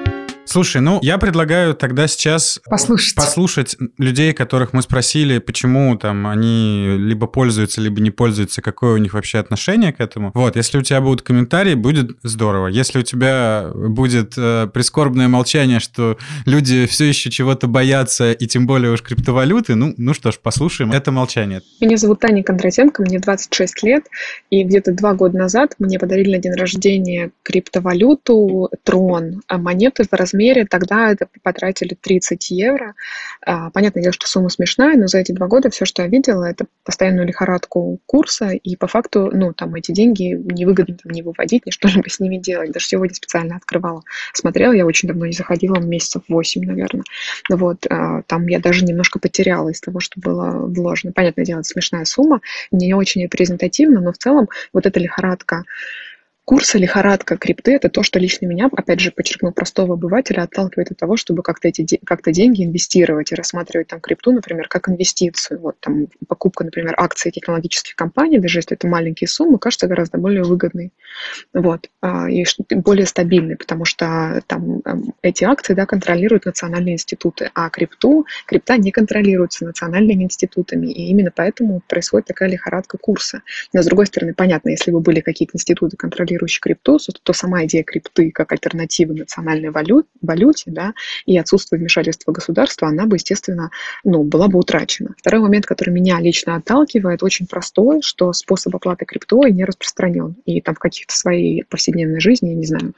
Слушай, ну, я предлагаю тогда сейчас послушать. послушать людей, которых мы спросили, почему там они либо пользуются, либо не пользуются, какое у них вообще отношение к этому. Вот, если у тебя будут комментарии, будет здорово. Если у тебя будет э, прискорбное молчание, что люди все еще чего-то боятся, и тем более уж криптовалюты, ну, ну что ж, послушаем это молчание. Меня зовут Таня Кондратенко, мне двадцать шесть лет, и где-то два года назад мне подарили на день рождения криптовалюту Трон, монеты в размере, тогда это потратили тридцать евро. Понятное дело, что сумма смешная, но за эти два года все, что я видела, это постоянную лихорадку курса, и по факту, ну, там эти деньги невыгодно там, не выводить, ни что-либо с ними делать. Даже сегодня специально открывала, смотрела, я очень давно не заходила, месяцев восемь, наверное. Вот, там я даже немножко потеряла из того, что было вложено. Понятное дело, это смешная сумма, не очень репрезентативна, но в целом вот эта лихорадка курса, лихорадка крипты – это то, что лично меня, опять же, подчеркну, простого обывателя отталкивает от того, чтобы как-то эти как-то деньги инвестировать и рассматривать там крипту, например, как инвестицию. Вот там покупка, например, акций технологических компаний, даже если это маленькие суммы, кажется гораздо более выгодной. Вот. И более стабильной, потому что там эти акции, да, контролируют национальные институты, а крипту, крипта не контролируется национальными институтами, и именно поэтому происходит такая лихорадка курса. Но, с другой стороны, понятно, если бы были какие-то институты, контролирующие крипту, то сама идея крипты как альтернативы национальной валют, валюте, да, и отсутствие вмешательства государства, она бы, естественно, ну, была бы утрачена. Второй момент, который меня лично отталкивает, очень простой, что способ оплаты криптой не распространен. И там в каких-то своей повседневной жизни, я не знаю,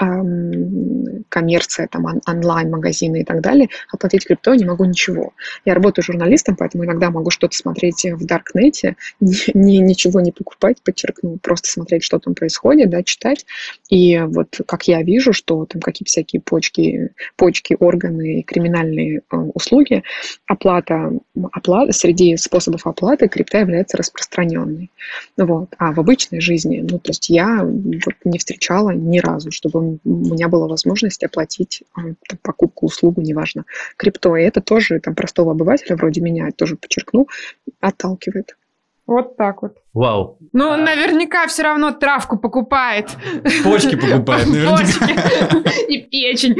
эм, коммерция, там, он- онлайн-магазины и так далее, оплатить криптой не могу ничего. Я работаю журналистом, поэтому иногда могу что-то смотреть в Даркнете, ни, ни- ничего не покупать, подчеркну, просто смотреть, что там происходит, да, читать. И вот как я вижу, что там какие-то всякие почки, почки, органы, криминальные э, услуги, оплата, оплата, среди способов оплаты крипта является распространенной. Вот. А в обычной жизни, ну, то есть я вот не встречала ни разу, чтобы у меня была возможность оплатить э, там, покупку, услугу, неважно, крипто. И это тоже там простого обывателя вроде меня, тоже подчеркну, отталкивает. Вот так вот. Вау. Ну, наверняка все равно травку покупает. Почки покупает наверняка. Почки и печень.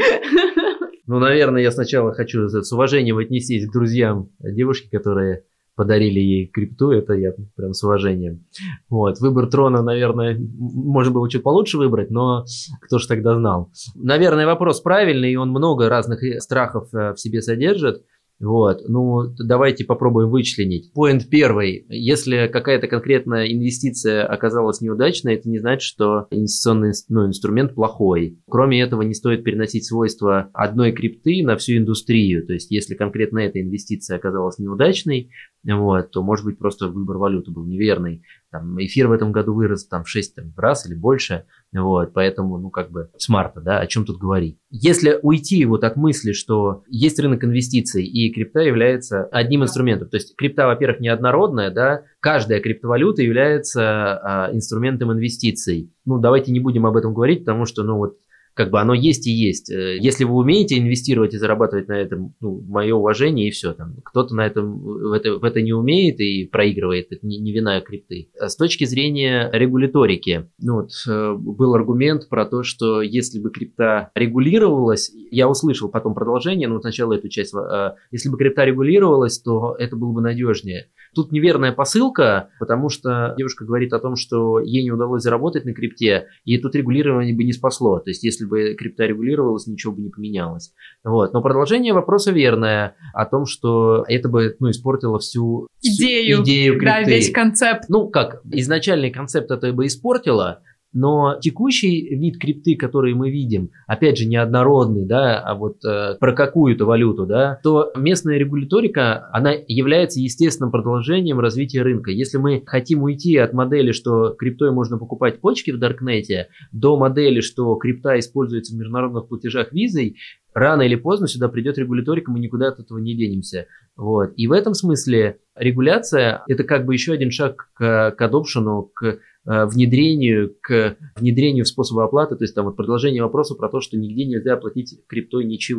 Ну, наверное, я сначала хочу с уважением отнестись к друзьям девушки, которые подарили ей крипту. Это я прям с уважением. Вот. Выбор трона, наверное, можно было чуть получше выбрать, но кто ж тогда знал. Наверное, вопрос правильный, и он много разных страхов в себе содержит. Вот, ну, давайте попробуем вычленить. Поинт первый. Если какая-то конкретная инвестиция оказалась неудачной, это не значит, что инвестиционный ну, инструмент плохой. Кроме этого, не стоит переносить свойства одной крипты на всю индустрию. То есть, если конкретно эта инвестиция оказалась неудачной, вот, то, может быть, просто выбор валюты был неверный. Там, эфир в этом году вырос там, в шесть там, раз или больше. Вот, поэтому, ну, как бы, смарта, да, о чем тут говорить. Если уйти вот от мысли, что есть рынок инвестиций, и крипта является одним инструментом, то есть крипта, во-первых, неоднородная, да, каждая криптовалюта является а, инструментом инвестиций. Ну, давайте не будем об этом говорить, потому что, ну, вот, как бы оно есть и есть. Если вы умеете инвестировать и зарабатывать на этом, ну, мое уважение и все. Там, кто-то на этом, в, это, в это не умеет и проигрывает, это не, не вина крипты. С точки зрения регуляторики, ну, вот, был аргумент про то, что если бы крипта регулировалась, я услышал потом продолжение, но сначала эту часть, если бы крипта регулировалась, то это было бы надежнее. Тут неверная посылка, потому что девушка говорит о том, что ей не удалось заработать на крипте, и тут регулирование бы не спасло. То есть, если бы крипта регулировалась, ничего бы не поменялось. Вот. Но продолжение вопроса верное о том, что это бы ну, испортило всю, всю Идею, идею крипты. Да, весь концепт. Ну, как, изначальный концепт это бы испортило, но текущий вид крипты, который мы видим, опять же, неоднородный, да, а вот э, про какую-то валюту, да, то местная регуляторика, она является естественным продолжением развития рынка. Если мы хотим уйти от модели, что криптой можно покупать почки в Даркнете, до модели, что крипта используется в международных платежах визой, рано или поздно сюда придет регуляторика, мы никуда от этого не денемся. Вот. И в этом смысле регуляция – это как бы еще один шаг к, к adoption, к внедрению, к внедрению в способы оплаты, то есть там вот продолжение вопроса про то, что нигде нельзя оплатить криптой ничего.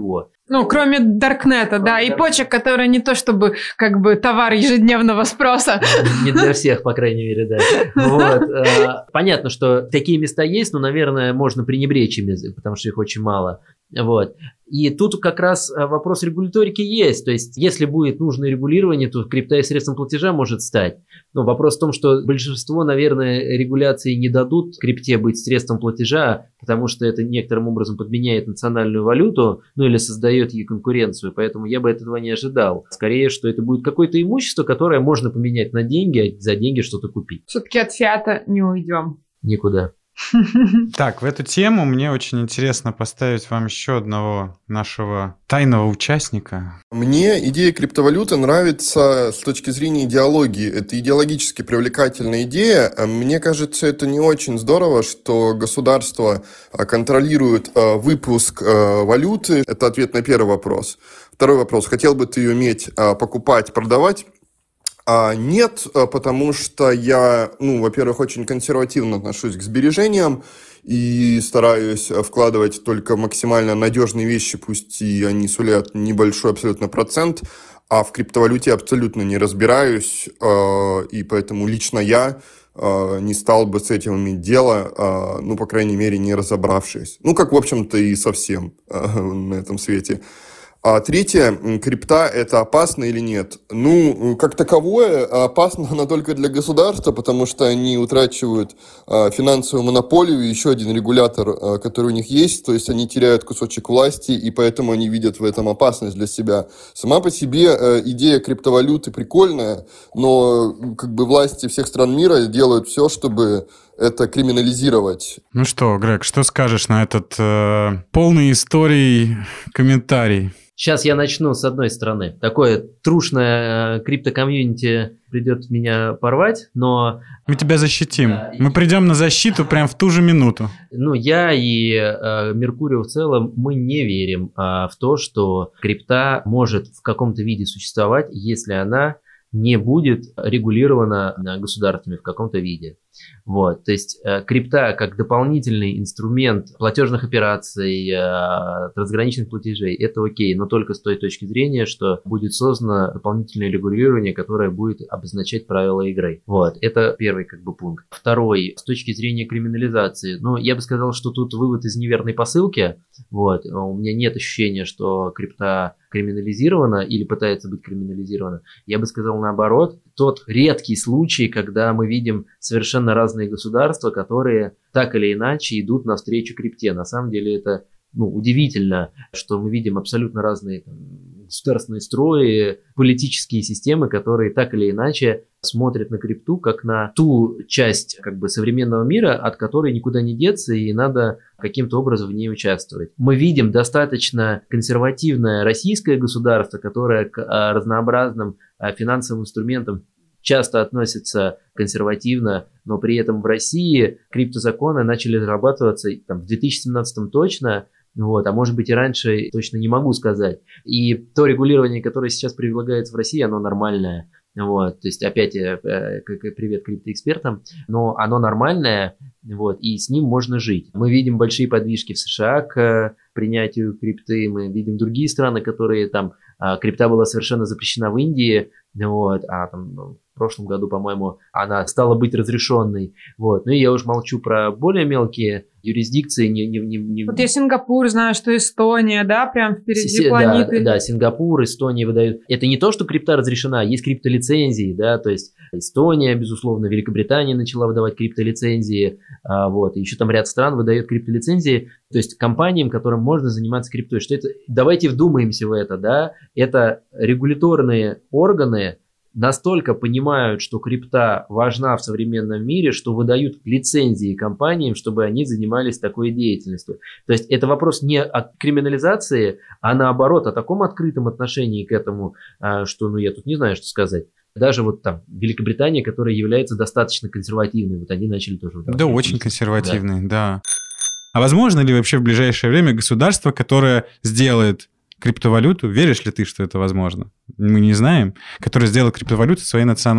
Ну, кроме Даркнета, да, и почек, которые не то чтобы как бы товар ежедневного спроса. Не для всех, по крайней мере, да. Вот. Понятно, что такие места есть, но, наверное, можно пренебречь ими, потому что их очень мало. Вот. И тут как раз вопрос регуляторики есть. То есть, если будет нужное регулирование, то крипта и средством платежа может стать. Но вопрос в том, что большинство, наверное, регуляции не дадут крипте быть средством платежа, потому что это некоторым образом подменяет национальную валюту, ну или создает ей конкуренцию. Поэтому я бы этого не ожидал. Скорее, что это будет какое-то имущество, которое можно поменять на деньги, а за деньги что-то купить. Все-таки от фиата не уйдем. Никуда. Так, в эту тему мне очень интересно поставить вам еще одного нашего тайного участника. Мне идея криптовалюты нравится с точки зрения идеологии. Это идеологически привлекательная идея. Мне кажется, это не очень здорово, что государство контролирует выпуск валюты. Это ответ на первый вопрос. Второй вопрос. Хотел бы ты ее уметь покупать, продавать? А нет, потому что я, ну, во-первых, очень консервативно отношусь к сбережениям и стараюсь вкладывать только максимально надежные вещи, пусть и они сулят небольшой абсолютно процент, а в криптовалюте абсолютно не разбираюсь, и поэтому лично я не стал бы с этим иметь дело, ну, по крайней мере, не разобравшись. Ну, как, в общем-то, и совсем на этом свете. А третье, крипта – это опасно или нет? Ну, как таковое, опасно она только для государства, потому что они утрачивают финансовую монополию, и еще один регулятор, который у них есть, то есть они теряют кусочек власти, и поэтому они видят в этом опасность для себя. Сама по себе идея криптовалюты прикольная, но как бы власти всех стран мира делают все, чтобы это криминализировать. Ну что, Грег, что скажешь на этот э, полный историй комментарий? Сейчас я начну с одной стороны. Такое трушное крипто-комьюнити придет меня порвать, но... Мы тебя защитим. Да, Мы и... придем на защиту прямо в ту же минуту. Ну, я и э, Меркурий в целом, мы не верим э, в то, что крипта может в каком-то виде существовать, если она не будет регулирована государствами в каком-то виде. Вот, то есть э, крипта как дополнительный инструмент платежных операций, э, трансграничных платежей, это окей, но только с той точки зрения, что будет создано дополнительное регулирование, которое будет обозначать правила игры. Вот, это первый как бы пункт. Второй, с точки зрения криминализации, ну, я бы сказал, что тут вывод из неверной посылки. Вот, у меня нет ощущения, что крипта криминализирована или пытается быть криминализирована. Я бы сказал наоборот, тот редкий случай, когда мы видим совершенно разные государства, которые так или иначе идут навстречу крипте. На самом деле это ну, удивительно, что мы видим абсолютно разные там, государственные строи, политические системы, которые так или иначе смотрят на крипту как на ту часть как бы, современного мира, от которой никуда не деться и надо каким-то образом в ней участвовать. Мы видим достаточно консервативное российское государство, которое к а, разнообразным а, финансовым инструментам часто относится консервативно, но при этом в России криптозаконы начали разрабатываться там, в две тысячи семнадцатом точно, вот, а может быть и раньше, точно не могу сказать. И то регулирование, которое сейчас предлагается в России, оно нормальное. Вот, то есть опять э, э, привет криптоэкспертам, но оно нормальное, вот, и с ним можно жить. Мы видим большие подвижки в США к э, принятию крипты, мы видим другие страны, которые там, э, крипта была совершенно запрещена в Индии, вот, а там ну, в прошлом году, по-моему, она стала быть разрешенной. Вот. Ну и я уж молчу про более мелкие юрисдикции. Не, не, не, не... Вот я Сингапур знаю, что Эстония, да, прям впереди Си- планеты. Да, да, Сингапур, Эстония выдают. Это не то, что крипта разрешена, есть криптолицензии, да, то есть Эстония, безусловно, Великобритания начала выдавать криптолицензии, а, вот, и еще там ряд стран выдает криптолицензии, то есть компаниям, которым можно заниматься криптой. Что это? Давайте вдумаемся в это, да, это регуляторные органы, настолько понимают, что крипта важна в современном мире, что выдают лицензии компаниям, чтобы они занимались такой деятельностью. То есть это вопрос не о криминализации, а наоборот, о таком открытом отношении к этому, что, ну, я тут не знаю, что сказать. Даже вот там Великобритания, которая является достаточно консервативной, вот они начали тоже... Да, очень консервативной, да. да. А возможно ли вообще в ближайшее время государство, которое сделает криптовалюту, веришь ли ты, что это возможно? Мы не знаем, который сделал криптовалюту своей национальной.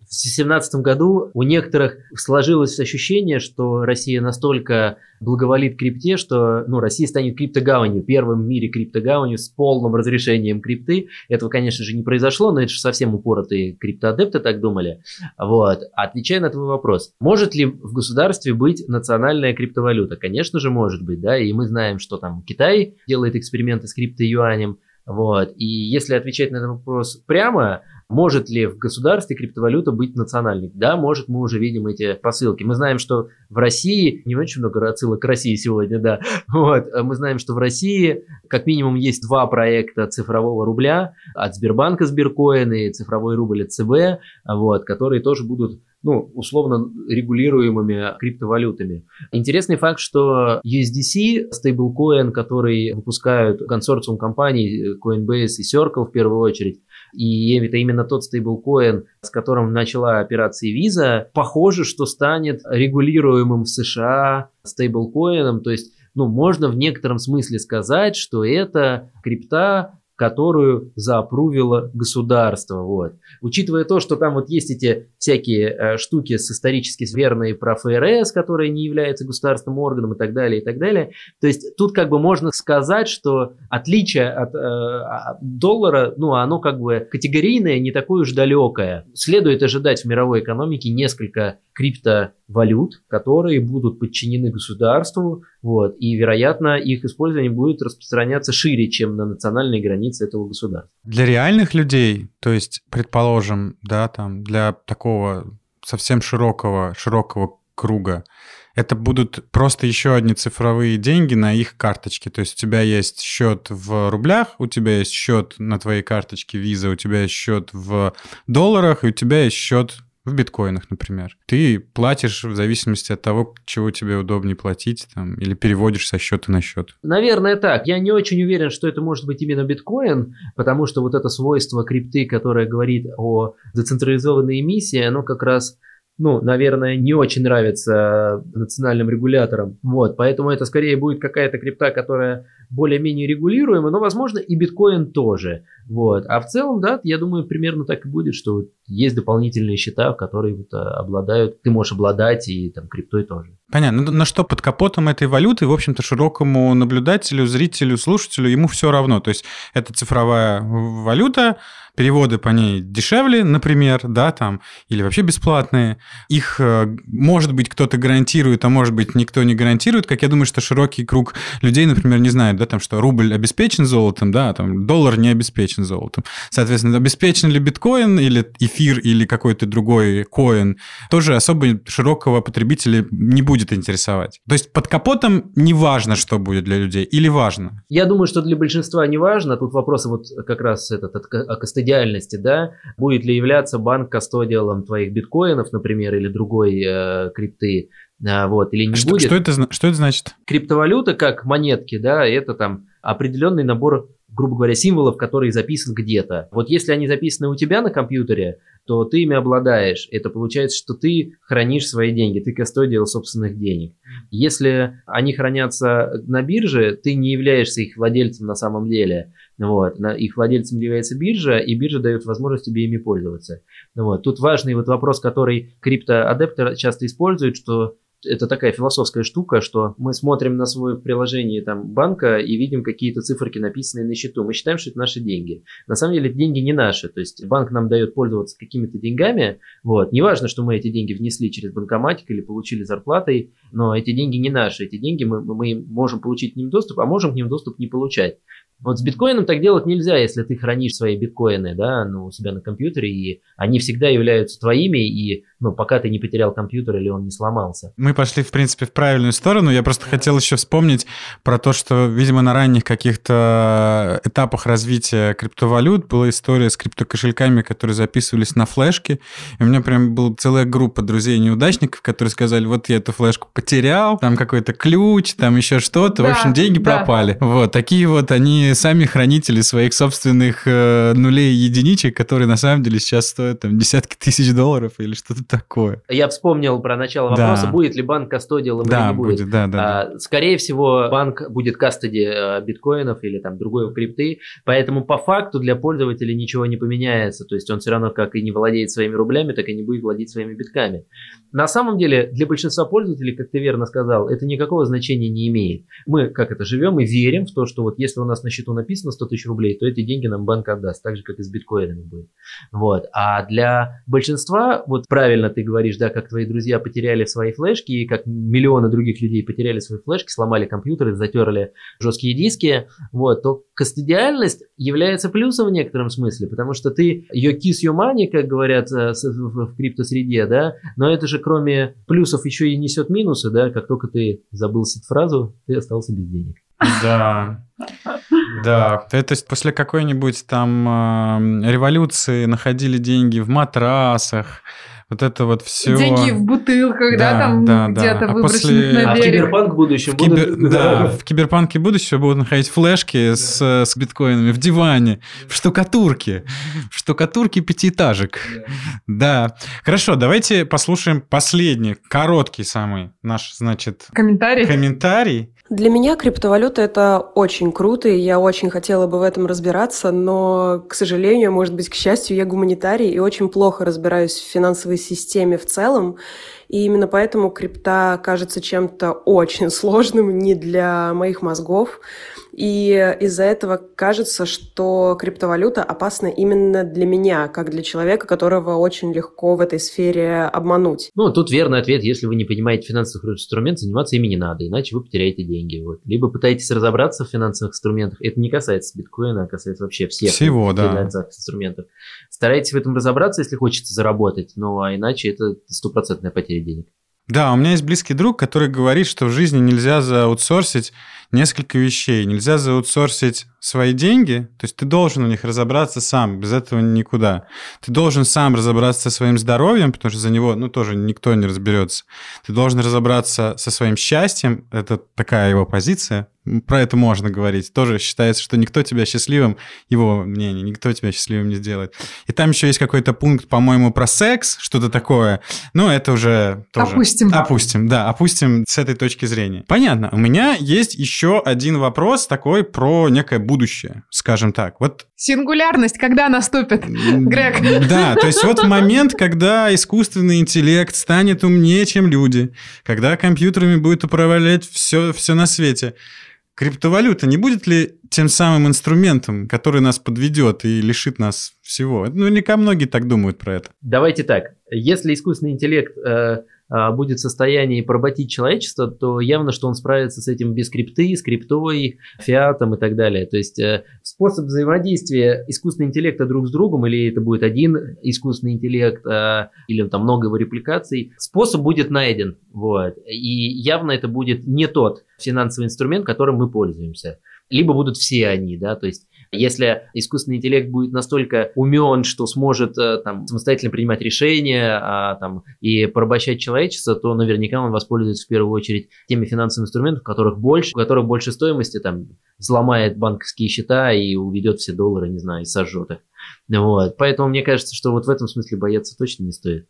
две тысячи семнадцатом году у некоторых сложилось ощущение, что Россия настолько благоволит крипте, что ну, Россия станет криптогаванью, первым в мире криптогаванью с полным разрешением крипты. Этого, конечно же, не произошло, но это же совсем упоротые криптоадепты так думали. Вот. Отвечая на твой вопрос, может ли в государстве быть национальная криптовалюта? Конечно же, может быть, да, и мы знаем, что там Китай делает эксперименты с криптоюанем. Вот. И если отвечать на этот вопрос прямо, может ли в государстве криптовалюта быть национальной? Да, может, мы уже видим эти посылки. Мы знаем, что в России, не очень много отсылок к России сегодня, да, вот, мы знаем, что в России как минимум есть два проекта цифрового рубля от Сбербанка Сберкоин и цифровой рубль от ЦБ, вот, которые тоже будут ну, условно регулируемыми криптовалютами. Интересный факт, что ю эс ди си, стейблкоин, который выпускают консорциум компаний Coinbase и Circle в первую очередь, и это именно тот стейблкоин, с которым начала операция Visa, похоже, что станет регулируемым в США стейблкоином, то есть ну, можно в некотором смысле сказать, что это крипта, которую заапрувило государство. Вот. Учитывая то, что там вот есть эти всякие э, штуки с исторически верные про эф эр эс, которая не является государственным органом и так далее, и так далее. То есть тут как бы можно сказать, что отличие от э, доллара, ну, оно как бы категорийное, не такое уж далекое. Следует ожидать в мировой экономике несколько криптовалют, которые будут подчинены государству, вот, и, вероятно, их использование будет распространяться шире, чем на национальные границы этого государства. Для реальных людей, то есть, предположим, да, там, для такого совсем широкого, широкого круга, это будут просто еще одни цифровые деньги на их карточке. То есть у тебя есть счет в рублях, у тебя есть счет на твоей карточке Visa, у тебя есть счет в долларах, и у тебя есть счет в биткоинах, например. Ты платишь в зависимости от того, чего тебе удобнее платить, там, или переводишь со счета на счет. Наверное, так. Я не очень уверен, что это может быть именно биткоин, потому что вот это свойство крипты, которое говорит о децентрализованной эмиссии, оно как раз, ну, наверное, не очень нравится национальным регуляторам. Вот, поэтому это скорее будет какая-то крипта, которая более-менее регулируема, но, возможно, и биткоин тоже. Вот. А в целом, да, я думаю, примерно так и будет, что есть дополнительные счета, которые вот обладают, ты можешь обладать и там криптой тоже. Понятно. Ну, на что под капотом этой валюты, в общем-то, широкому наблюдателю, зрителю, слушателю, ему все равно. То есть это цифровая валюта, переводы по ней дешевле, например, да, там, или вообще бесплатные. Их, может быть, кто-то гарантирует, а может быть, никто не гарантирует. Как я думаю, что широкий круг людей, например, не знает, да, там, что рубль обеспечен золотом, да, там, доллар не обеспечен золотом. Соответственно, обеспечен ли биткоин или эфир или какой-то другой коин, тоже особо широкого потребителя не будет интересовать. То есть под капотом не важно, что будет для людей, или важно? Я думаю, что для большинства не важно. Тут вопросы вот как раз этот, о кастодиальности, да, будет ли являться банк кастодиалом твоих биткоинов, например, или другой э, крипты, а, вот, или не что, будет. Что это, что это значит? Криптовалюта, как монетки, да, это там определенный набор, грубо говоря, символов, которые записаны где-то. Вот если они записаны у тебя на компьютере, то ты ими обладаешь. Это получается, что ты хранишь свои деньги, ты кастодиал собственных денег. Если они хранятся на бирже, ты не являешься их владельцем на самом деле. Вот. Их владельцем является биржа, и биржа дает возможность тебе ими пользоваться. Вот. Тут важный вот вопрос, который криптоадепты часто используют, что это такая философская штука, что мы смотрим на свое приложение там, банка и видим какие-то циферки, написанные на счету. Мы считаем, что это наши деньги. На самом деле деньги не наши. То есть банк нам дает пользоваться какими-то деньгами. Вот. Неважно, что мы эти деньги внесли через банкоматик или получили зарплатой, но эти деньги не наши. Эти деньги мы, мы можем получить к ним доступ, а можем к ним доступ не получать. Вот с биткоином так делать нельзя, если ты хранишь свои биткоины, да, ну, у себя на компьютере, и они всегда являются твоими, и ну, пока ты не потерял компьютер или он не сломался. Мы пошли, в принципе, в правильную сторону. Я просто хотел еще вспомнить про то, что, видимо, на ранних каких-то этапах развития криптовалют была история с криптокошельками, которые записывались на флешке. И у меня прям была целая группа друзей-неудачников, которые сказали, вот я эту флешку потерял, там какой-то ключ, там еще что-то. Да, в общем, деньги да. пропали. Вот, такие вот они сами хранители своих собственных э, нулей и единичек, которые на самом деле сейчас стоят там десятки тысяч долларов или что-то такое? Я вспомнил про начало вопроса, Да. будет ли банк кастодиалом Да, или не будет. будет, да, да, да. А, Скорее всего, банк будет кастоди э, биткоинов или там другой крипты, поэтому по факту для пользователя ничего не поменяется. То есть он все равно как и не владеет своими рублями, так и не будет владеть своими битками. На самом деле, для большинства пользователей, как ты верно сказал, это никакого значения не имеет. Мы как это живем и верим в то, что вот если у нас на счету написано сто тысяч рублей, то эти деньги нам банк отдаст, так же, как и с биткоинами будет. Вот. А для большинства, вот правильно ты говоришь, да, как твои друзья потеряли свои флешки, и как миллионы других людей потеряли свои флешки, сломали компьютеры, затерли жесткие диски, вот, то кастодиальность является плюсом в некотором смысле, потому что ты your kiss your money, как говорят э, с- в, в криптосреде, да, но это же кроме плюсов еще и несет минусы, да, как только ты забыл сид-фразу, ты остался без денег. Да, да. То есть после какой-нибудь там э, революции находили деньги в матрасах, вот это вот все. Деньги в бутылках, да, Да, там да, где-то да. А выброшенных после- на А в берег. киберпанк в будущем В кибер- будут... Да, в киберпанке будущего будут находить флешки с, с биткоинами в диване, в штукатурке, в штукатурке пятиэтажек. Да. Хорошо, давайте послушаем последний, короткий самый наш, значит, Комментарий. комментарий. Для меня криптовалюта – это очень круто, и я очень хотела бы в этом разбираться, но, к сожалению, может быть, к счастью, я гуманитарий и очень плохо разбираюсь в финансовой системе в целом, и именно поэтому крипта кажется чем-то очень сложным не для моих мозгов, и из-за этого кажется, что криптовалюта опасна именно для меня, как для человека, которого очень легко в этой сфере обмануть. Ну, тут верный ответ, если вы не понимаете финансовых инструментов, заниматься ими не надо, иначе вы потеряете деньги. Вот. Либо пытаетесь разобраться в финансовых инструментах, это не касается биткоина, а касается вообще всех Всего, да. финансовых инструментов. Старайтесь в этом разобраться, если хочется заработать, ну, а иначе это стопроцентная потеря денег. Да, у меня есть близкий друг, который говорит, что в жизни нельзя зааутсорсить несколько вещей. Нельзя зааутсорсить свои деньги, то есть ты должен у них разобраться сам, без этого никуда. Ты должен сам разобраться со своим здоровьем, потому что за него, ну, тоже никто не разберется. Ты должен разобраться со своим счастьем, это такая его позиция, про это можно говорить. Тоже считается, что никто тебя счастливым, его мнение, никто тебя счастливым не сделает. И там еще есть какой-то пункт, по-моему, про секс, что-то такое. Но это уже тоже... Опустим. Опустим, да, опустим с этой точки зрения. Понятно. У меня есть еще один вопрос такой про некое будущее, скажем так. Вот... Сингулярность когда наступит, Грег? Да, то есть вот момент, когда искусственный интеллект станет умнее, чем люди, когда компьютерами будет управлять все, все на свете. Криптовалюта не будет ли тем самым инструментом, который нас подведет и лишит нас всего? Ну, наверняка многие так думают про это. Давайте так. Если искусственный интеллект э, э, будет в состоянии поработить человечество, то явно, что он справится с этим без крипты, с криптой, фиатом и так далее. То есть э, способ взаимодействия искусственного интеллекта друг с другом, или это будет один искусственный интеллект, э, или там много его репликаций, способ будет найден. Вот. И явно это будет не тот финансовый инструмент, которым мы пользуемся. Либо будут все они, да, то есть если искусственный интеллект будет настолько умен, что сможет там, самостоятельно принимать решения а, там, и порабощать человечество, то наверняка он воспользуется в первую очередь теми финансовыми инструментами, которых больше, у которых больше стоимости, там, взломает банковские счета и уведет все доллары, не знаю, и сожжет их. Вот. Поэтому мне кажется, что вот в этом смысле бояться точно не стоит.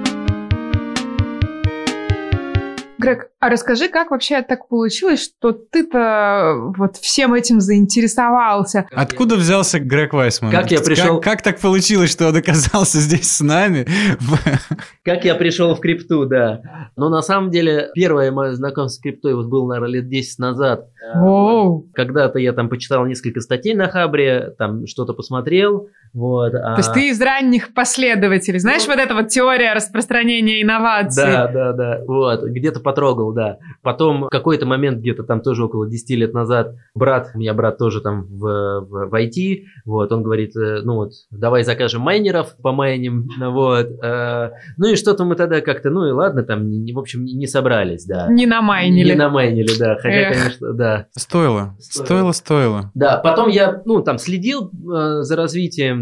Грег, а расскажи, как вообще так получилось, что ты-то вот всем этим заинтересовался? Откуда взялся Грег Вайсман? Как я пришел- Как, как так получилось, что он оказался здесь с нами? Как я пришел в крипту, да. Но на самом деле первое мое знакомство с криптой вот было, наверное, лет десять назад. Воу. Когда-то я там почитал несколько статей на Хабре, там что-то посмотрел. Вот, То есть ты из ранних последователей. Знаешь, вот эта вот теория распространения инноваций. Да, да, да. Вот, где-то потрогал, да. Потом в какой-то момент, где-то там тоже около десяти лет назад, брат, у меня брат тоже там в, в, в ай ти, вот, он говорит, э, ну вот, давай закажем майнеров, помайним, вот. Э, ну и что-то мы тогда как-то, ну и ладно, там, не, в общем, не, не собрались, да. Не намайнили. Не намайнили, да. Хотя, Эх. конечно, да. Стоило, Стоило. стоило, стоило. Да, потом я, ну, там, следил э, за развитием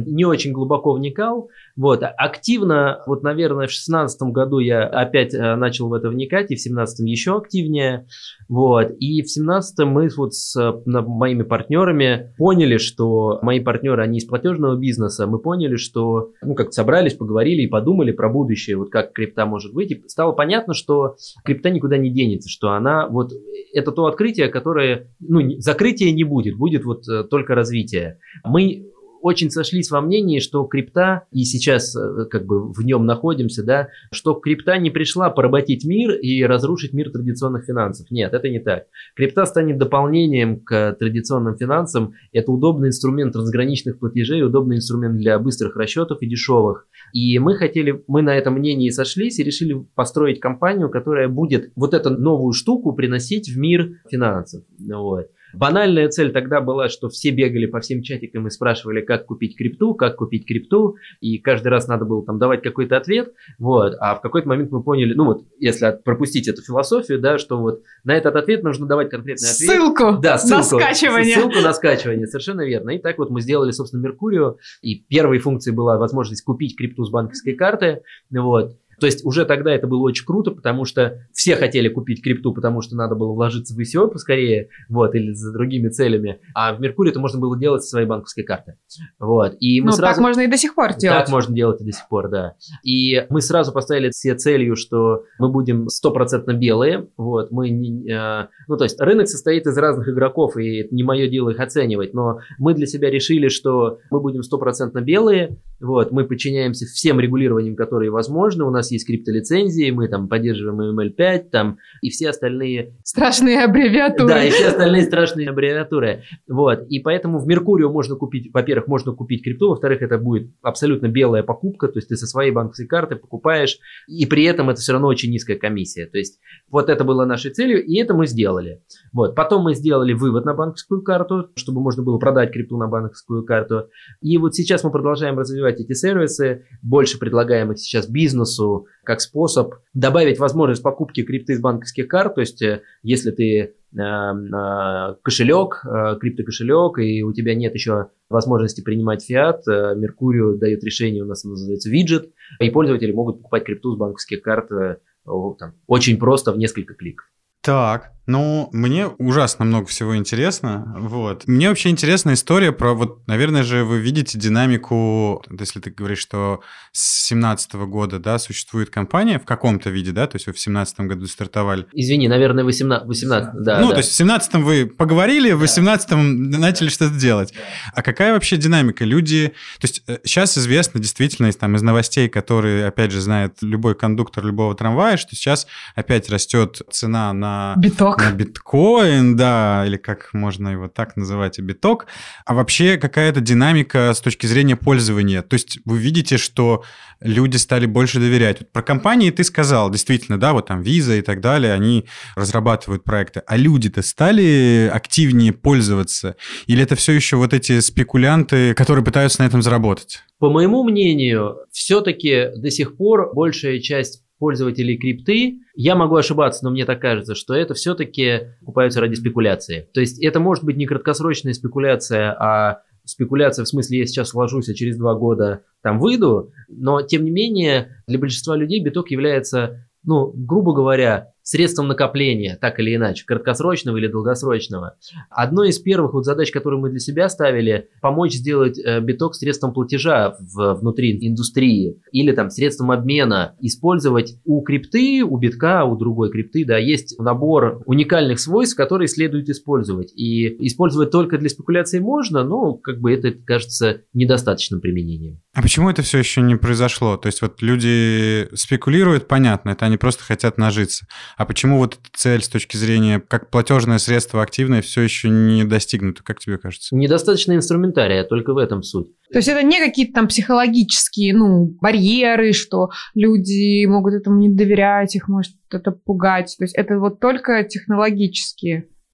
прям не очень глубоко вникал. Вот. Активно, вот, наверное, в шестнадцатом году я опять начал в это вникать, и в семнадцатом еще активнее. Вот. И в семнадцатом мы вот с моими партнерами поняли, что мои партнеры, они из платежного бизнеса, мы поняли, что, ну, как-то собрались, поговорили и подумали про будущее, вот как крипта может быть. И стало понятно, что крипта никуда не денется, что она, вот, это то открытие, которое, ну, закрытия не будет, будет вот только развитие. Мы очень сошлись во мнении, что крипта, и сейчас как бы в нем находимся, да, что крипта не пришла поработить мир и разрушить мир традиционных финансов. Нет, это не так. Крипта станет дополнением к традиционным финансам. Это удобный инструмент трансграничных платежей, удобный инструмент для быстрых расчетов и дешевых. И мы хотели, мы на этом мнении сошлись и решили построить компанию, которая будет вот эту новую штуку приносить в мир финансов. Вот. Банальная цель тогда была, что все бегали по всем чатикам и спрашивали, как купить крипту, как купить крипту, и каждый раз надо было там давать какой-то ответ, вот, а в какой-то момент мы поняли, ну вот, если пропустить эту философию, да, что вот на этот ответ нужно давать конкретный ответ. Ссылку, да, ссылку на скачивание. Ссылку на скачивание, совершенно верно. И так вот мы сделали, собственно, Меркурию, и первой функцией была возможность купить крипту с банковской карты, вот. То есть уже тогда это было очень круто, потому что все хотели купить крипту, потому что надо было вложиться в ай си о поскорее, вот, или за другими целями. А в Меркурии это можно было делать со своей банковской карты. Вот. И мы ну, сразу... так можно и до сих пор делать. Так можно делать и до сих пор, да. И мы сразу поставили себе целью, что мы будем стопроцентно белые. Вот. Мы не, э, ну, то есть рынок состоит из разных игроков, и это не мое дело их оценивать, но мы для себя решили, что мы будем стопроцентно белые. Вот. Мы подчиняемся всем регулированиям, которые возможны. У нас есть криптолицензии, мы там поддерживаем эм эл пять там, и все остальные... Страшные аббревиатуры. Да, и все остальные страшные аббревиатуры. Вот. И поэтому в Меркурию можно купить, во-первых, можно купить крипту, во-вторых, это будет абсолютно белая покупка, то есть ты со своей банковской карты покупаешь, и при этом это все равно очень низкая комиссия. То есть вот это было нашей целью, и это мы сделали. Вот. Потом мы сделали вывод на банковскую карту, чтобы можно было продать крипту на банковскую карту. И вот сейчас мы продолжаем развивать эти сервисы, больше предлагаем их сейчас бизнесу как способ добавить возможность покупки крипты с банковских карт. То есть если ты э, э, кошелек, э, криптокошелек, и у тебя нет еще возможности принимать фиат, э, Меркурию дает решение, у нас называется виджет, и пользователи могут покупать крипту с банковских карт э, там, очень просто в несколько кликов. Так, ну, мне ужасно много всего интересно, вот. Мне вообще интересна история про, вот, наверное же, вы видите динамику, если ты говоришь, что с семнадцатого года, да, существует компания в каком-то виде, да, то есть вы в семнадцатом году стартовали. Извини, наверное, восемнадцатом, восемнадцатом, да. Ну, да. то есть в семнадцатом вы поговорили, в восемнадцатом начали что-то делать. А какая вообще динамика? Люди, то есть сейчас известно действительно из, там, из новостей, которые, опять же, знает любой кондуктор любого трамвая, что сейчас опять растет цена на... Биток. На биткоин, да, или как можно его так называть, и биток. А вообще какая-то динамика с точки зрения пользования. То есть вы видите, что люди стали больше доверять. Вот про компании ты сказал, действительно, да, вот там Visa и так далее, они разрабатывают проекты. А люди-то стали активнее пользоваться? Или это все еще вот эти спекулянты, которые пытаются на этом заработать? По моему мнению, все-таки до сих пор большая часть пользователей крипты, я могу ошибаться, но мне так кажется, что это все-таки покупаются ради спекуляции. То есть это может быть не краткосрочная спекуляция, а спекуляция в смысле я сейчас вложусь, а через два года там выйду, но тем не менее для большинства людей биток является, ну, грубо говоря, средством накопления, так или иначе, краткосрочного или долгосрочного. Одной из первых вот задач, которые мы для себя ставили, помочь сделать э, биток средством платежа в, внутри индустрии или там средством обмена, использовать у крипты, у битка, у другой крипты, да, есть набор уникальных свойств, которые следует использовать. И использовать только для спекуляции можно, но как бы это кажется недостаточным применением. А почему это все еще не произошло? То есть вот люди спекулируют, понятно, это они просто хотят нажиться. А почему вот эта цель с точки зрения как платежное средство активное все еще не достигнута, как тебе кажется? Недостаточно инструментария, только в этом суть. То есть это не какие-то там психологические, ну, барьеры, что люди могут этому не доверять, их может это пугать. То есть это вот только технологические.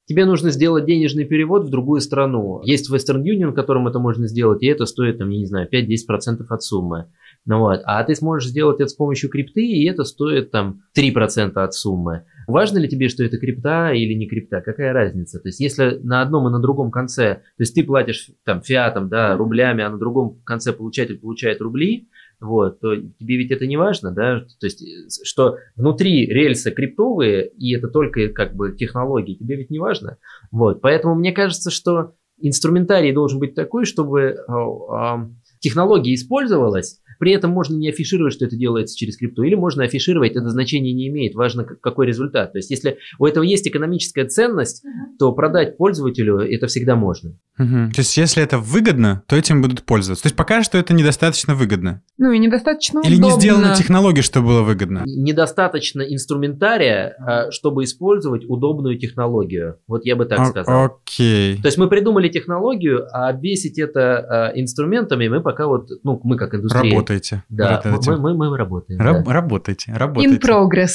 тебе нужно сделать денежный перевод в другую страну. Есть Western Union, которым это можно сделать, и это стоит, там, я не знаю, пять-десять процентов от суммы. Ну, вот. А ты сможешь сделать это с помощью крипты, и это стоит там три процента от суммы. Важно ли тебе, что это крипта или не крипта? Какая разница? То есть, если на одном и на другом конце, то есть ты платишь там фиатом, да, рублями, а на другом конце получатель получает рубли, вот, то тебе ведь это не важно, да, то есть, что внутри рельсы криптовые, и это только как бы технологии, тебе ведь не важно, вот, поэтому мне кажется, что инструментарий должен быть такой, чтобы э, э, технология использовалась, при этом можно не афишировать, что это делается через крипту, или можно афишировать, это значение не имеет, важно какой результат. То есть, если у этого есть экономическая ценность, uh-huh. то продать пользователю это всегда можно. Uh-huh. То есть, если это выгодно, то этим будут пользоваться. То есть, пока что это недостаточно выгодно. Ну и недостаточно Или удобно. не сделана технология, чтобы было выгодно. Недостаточно инструментария, чтобы использовать удобную технологию. Вот я бы так О- сказал. Окей. То есть, мы придумали технологию, а обвесить это инструментами мы пока вот, ну, мы как индустрия. Работаете. Да, мы, мы, мы работаем. Раб- да. Работайте, работайте. In progress.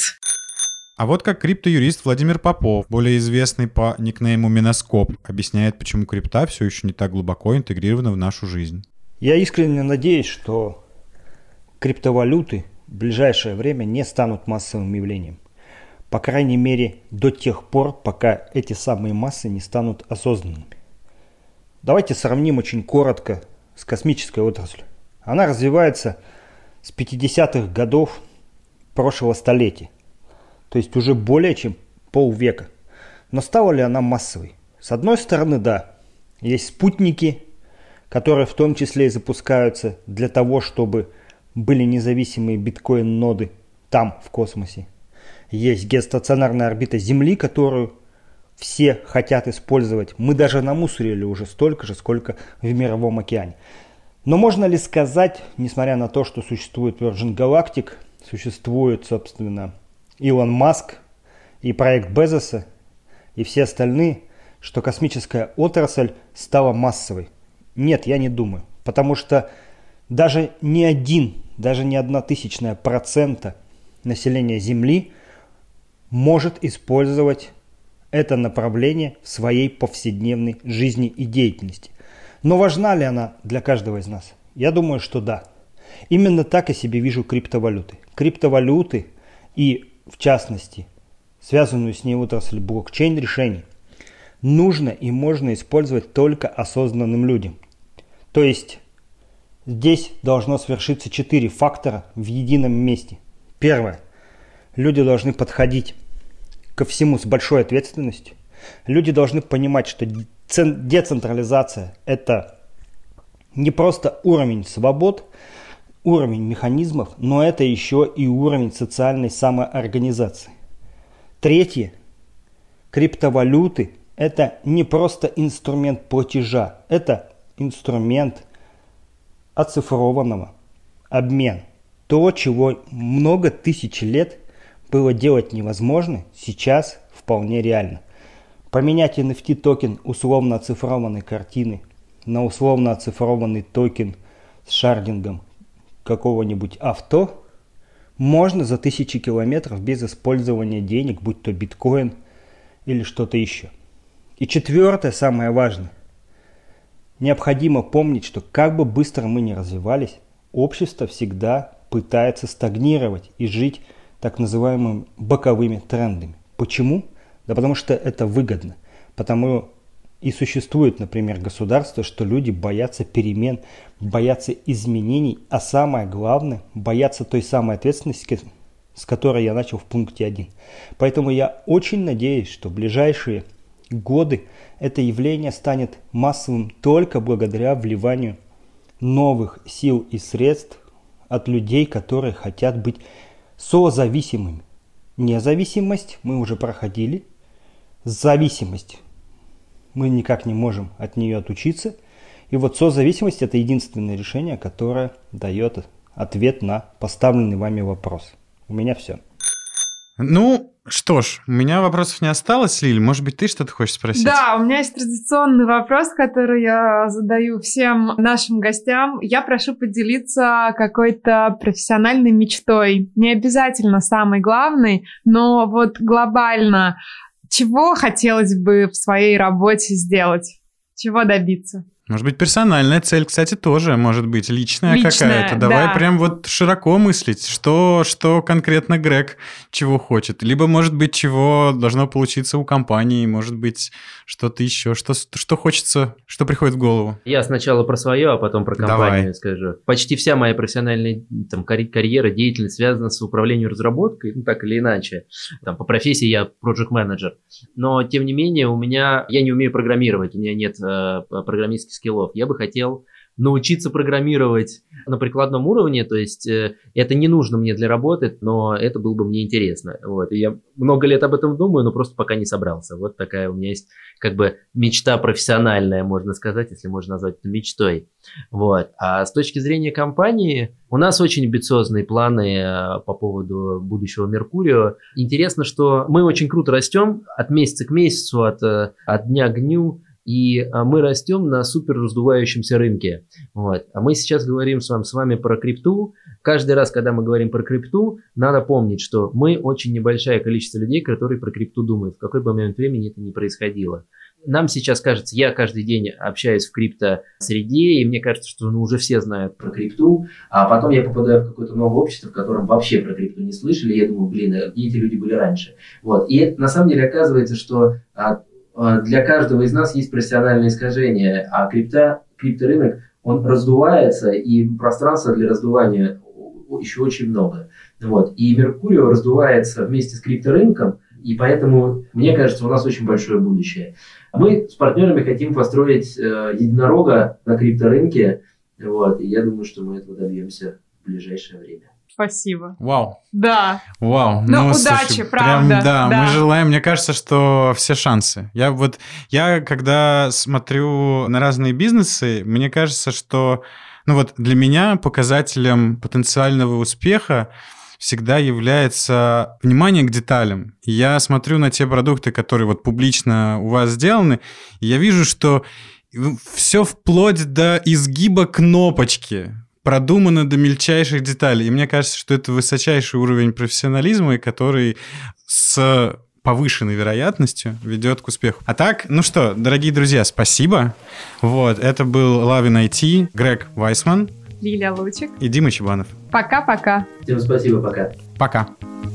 А вот как криптоюрист Владимир Попов, более известный по никнейму Миноскоп, объясняет, почему крипта все еще не так глубоко интегрирована в нашу жизнь. Я искренне надеюсь, что криптовалюты в ближайшее время не станут массовым явлением. По крайней мере, до тех пор, пока эти самые массы не станут осознанными. Давайте сравним очень коротко с космической отраслью. Она развивается с пятидесятых годов прошлого столетия, то есть уже более чем полвека. Но стала ли она массовой? С одной стороны, да, есть спутники, которые в том числе и запускаются для того, чтобы были независимые биткоин-ноды там, в космосе. Есть геостационарная орбита Земли, которую все хотят использовать. Мы даже намусорили уже столько же, сколько в Мировом океане. Но можно ли сказать, несмотря на то, что существует Virgin Galactic, существует, собственно, Илон Маск и проект Безоса и все остальные, что космическая отрасль стала массовой? Нет, я не думаю. Потому что даже не один, даже не одна тысячная процента населения Земли может использовать это направление в своей повседневной жизни и деятельности. Но важна ли она для каждого из нас? Я думаю, что да. Именно так я себе вижу криптовалюты. Криптовалюты и, в частности, связанную с ней отрасль блокчейн решений нужно и можно использовать только осознанным людям. То есть здесь должно свершиться четыре фактора в едином месте. Первое. Люди должны подходить ко всему с большой ответственностью. Люди должны понимать, что децентрализация – это не просто уровень свобод, уровень механизмов, но это еще и уровень социальной самоорганизации. Третье. Криптовалюты – это не просто инструмент платежа, это инструмент оцифрованного обмена. То, чего много тысяч лет было делать невозможно, сейчас вполне реально. Поменять эн эф ти токен условно оцифрованной картины на условно оцифрованный токен с шардингом какого-нибудь авто можно за тысячи километров без использования денег, будь то биткоин или что-то еще. И четвертое, самое важное. Необходимо помнить, что как бы быстро мы ни развивались, общество всегда пытается стагнировать и жить так называемыми боковыми трендами. Почему? Да потому что это выгодно. Потому и существует, например, государство, что люди боятся перемен, боятся изменений, а самое главное, боятся той самой ответственности, с которой я начал в пункте один. Поэтому я очень надеюсь, что в ближайшие годы это явление станет массовым только благодаря вливанию новых сил и средств от людей, которые хотят быть созависимыми. Независимость мы уже проходили. Зависимость мы никак не можем от нее отучиться. И вот созависимость – это единственное решение, которое дает ответ на поставленный вами вопрос. У меня все. Ну, что ж, у меня вопросов не осталось, Лиль. Может быть, ты что-то хочешь спросить? Да, у меня есть традиционный вопрос, который я задаю всем нашим гостям. Я прошу поделиться какой-то профессиональной мечтой. Не обязательно самой главной, но вот глобально чего хотелось бы в своей работе сделать? Чего добиться? Может быть, персональная цель, кстати, тоже может быть личная, Личная, какая-то. Давай да. прям вот широко мыслить, что, что конкретно Грег чего хочет. Либо, может быть, чего должно получиться у компании, может быть, что-то еще, что, что хочется, что приходит в голову. Я сначала про свое, а потом про компанию Давай. скажу. Почти вся моя профессиональная там, карь- карьера, деятельность связана с управлением разработкой, ну так или иначе. Там, по профессии я проект-менеджер. Но, тем не менее, у меня, я не умею программировать, у меня нет э, программистских скиллов. Я бы хотел научиться программировать на прикладном уровне, то есть э, это не нужно мне для работы, но это было бы мне интересно. Вот. И я много лет об этом думаю, но просто пока не собрался. Вот такая у меня есть как бы мечта профессиональная, можно сказать, если можно назвать это мечтой. Вот. А с точки зрения компании, у нас очень амбициозные планы э, по поводу будущего Меркурио. Интересно, что мы очень круто растем от месяца к месяцу, от, э, от дня к дню. И мы растем на супер раздувающемся рынке. Вот. А мы сейчас говорим с вами, с вами про крипту. Каждый раз, когда мы говорим про крипту, надо помнить, что мы очень небольшое количество людей, которые про крипту думают. В какой бы момент времени это ни происходило. Нам сейчас кажется, я каждый день общаюсь в крипто-среде, и мне кажется, что ну, уже все знают про крипту, а потом я попадаю в какое-то новое общество, в котором вообще про крипту не слышали, и я думаю, блин, а где эти люди были раньше? Вот. И это, на самом деле оказывается, что для каждого из нас есть профессиональное искажение, а крипта, крипторынок, он раздувается, и пространства для раздувания еще очень много. Вот. И Меркурио раздувается вместе с крипторынком, и поэтому, мне кажется, у нас очень большое будущее. Мы с партнерами хотим построить э, единорога на крипторынке, вот, и я думаю, что мы этого добьемся в ближайшее время. Спасибо. Вау. Да. Вау. Ну, ну удачи, слушай, правда. Прям, да, да, мы желаем, мне кажется, что все шансы. Я вот, я когда смотрю на разные бизнесы, мне кажется, что, ну вот для меня показателем потенциального успеха всегда является внимание к деталям. И я смотрю на те продукты, которые вот публично у вас сделаны, и я вижу, что все вплоть до изгиба кнопочки продумано до мельчайших деталей. И мне кажется, что это высочайший уровень профессионализма, который с повышенной вероятностью ведет к успеху. А так, ну что, дорогие друзья, спасибо. Вот, это был Lovin ай ти, Грег Вайсман, Лилия Лучик и Дима Чебанов. Пока-пока. Всем спасибо, пока. Пока.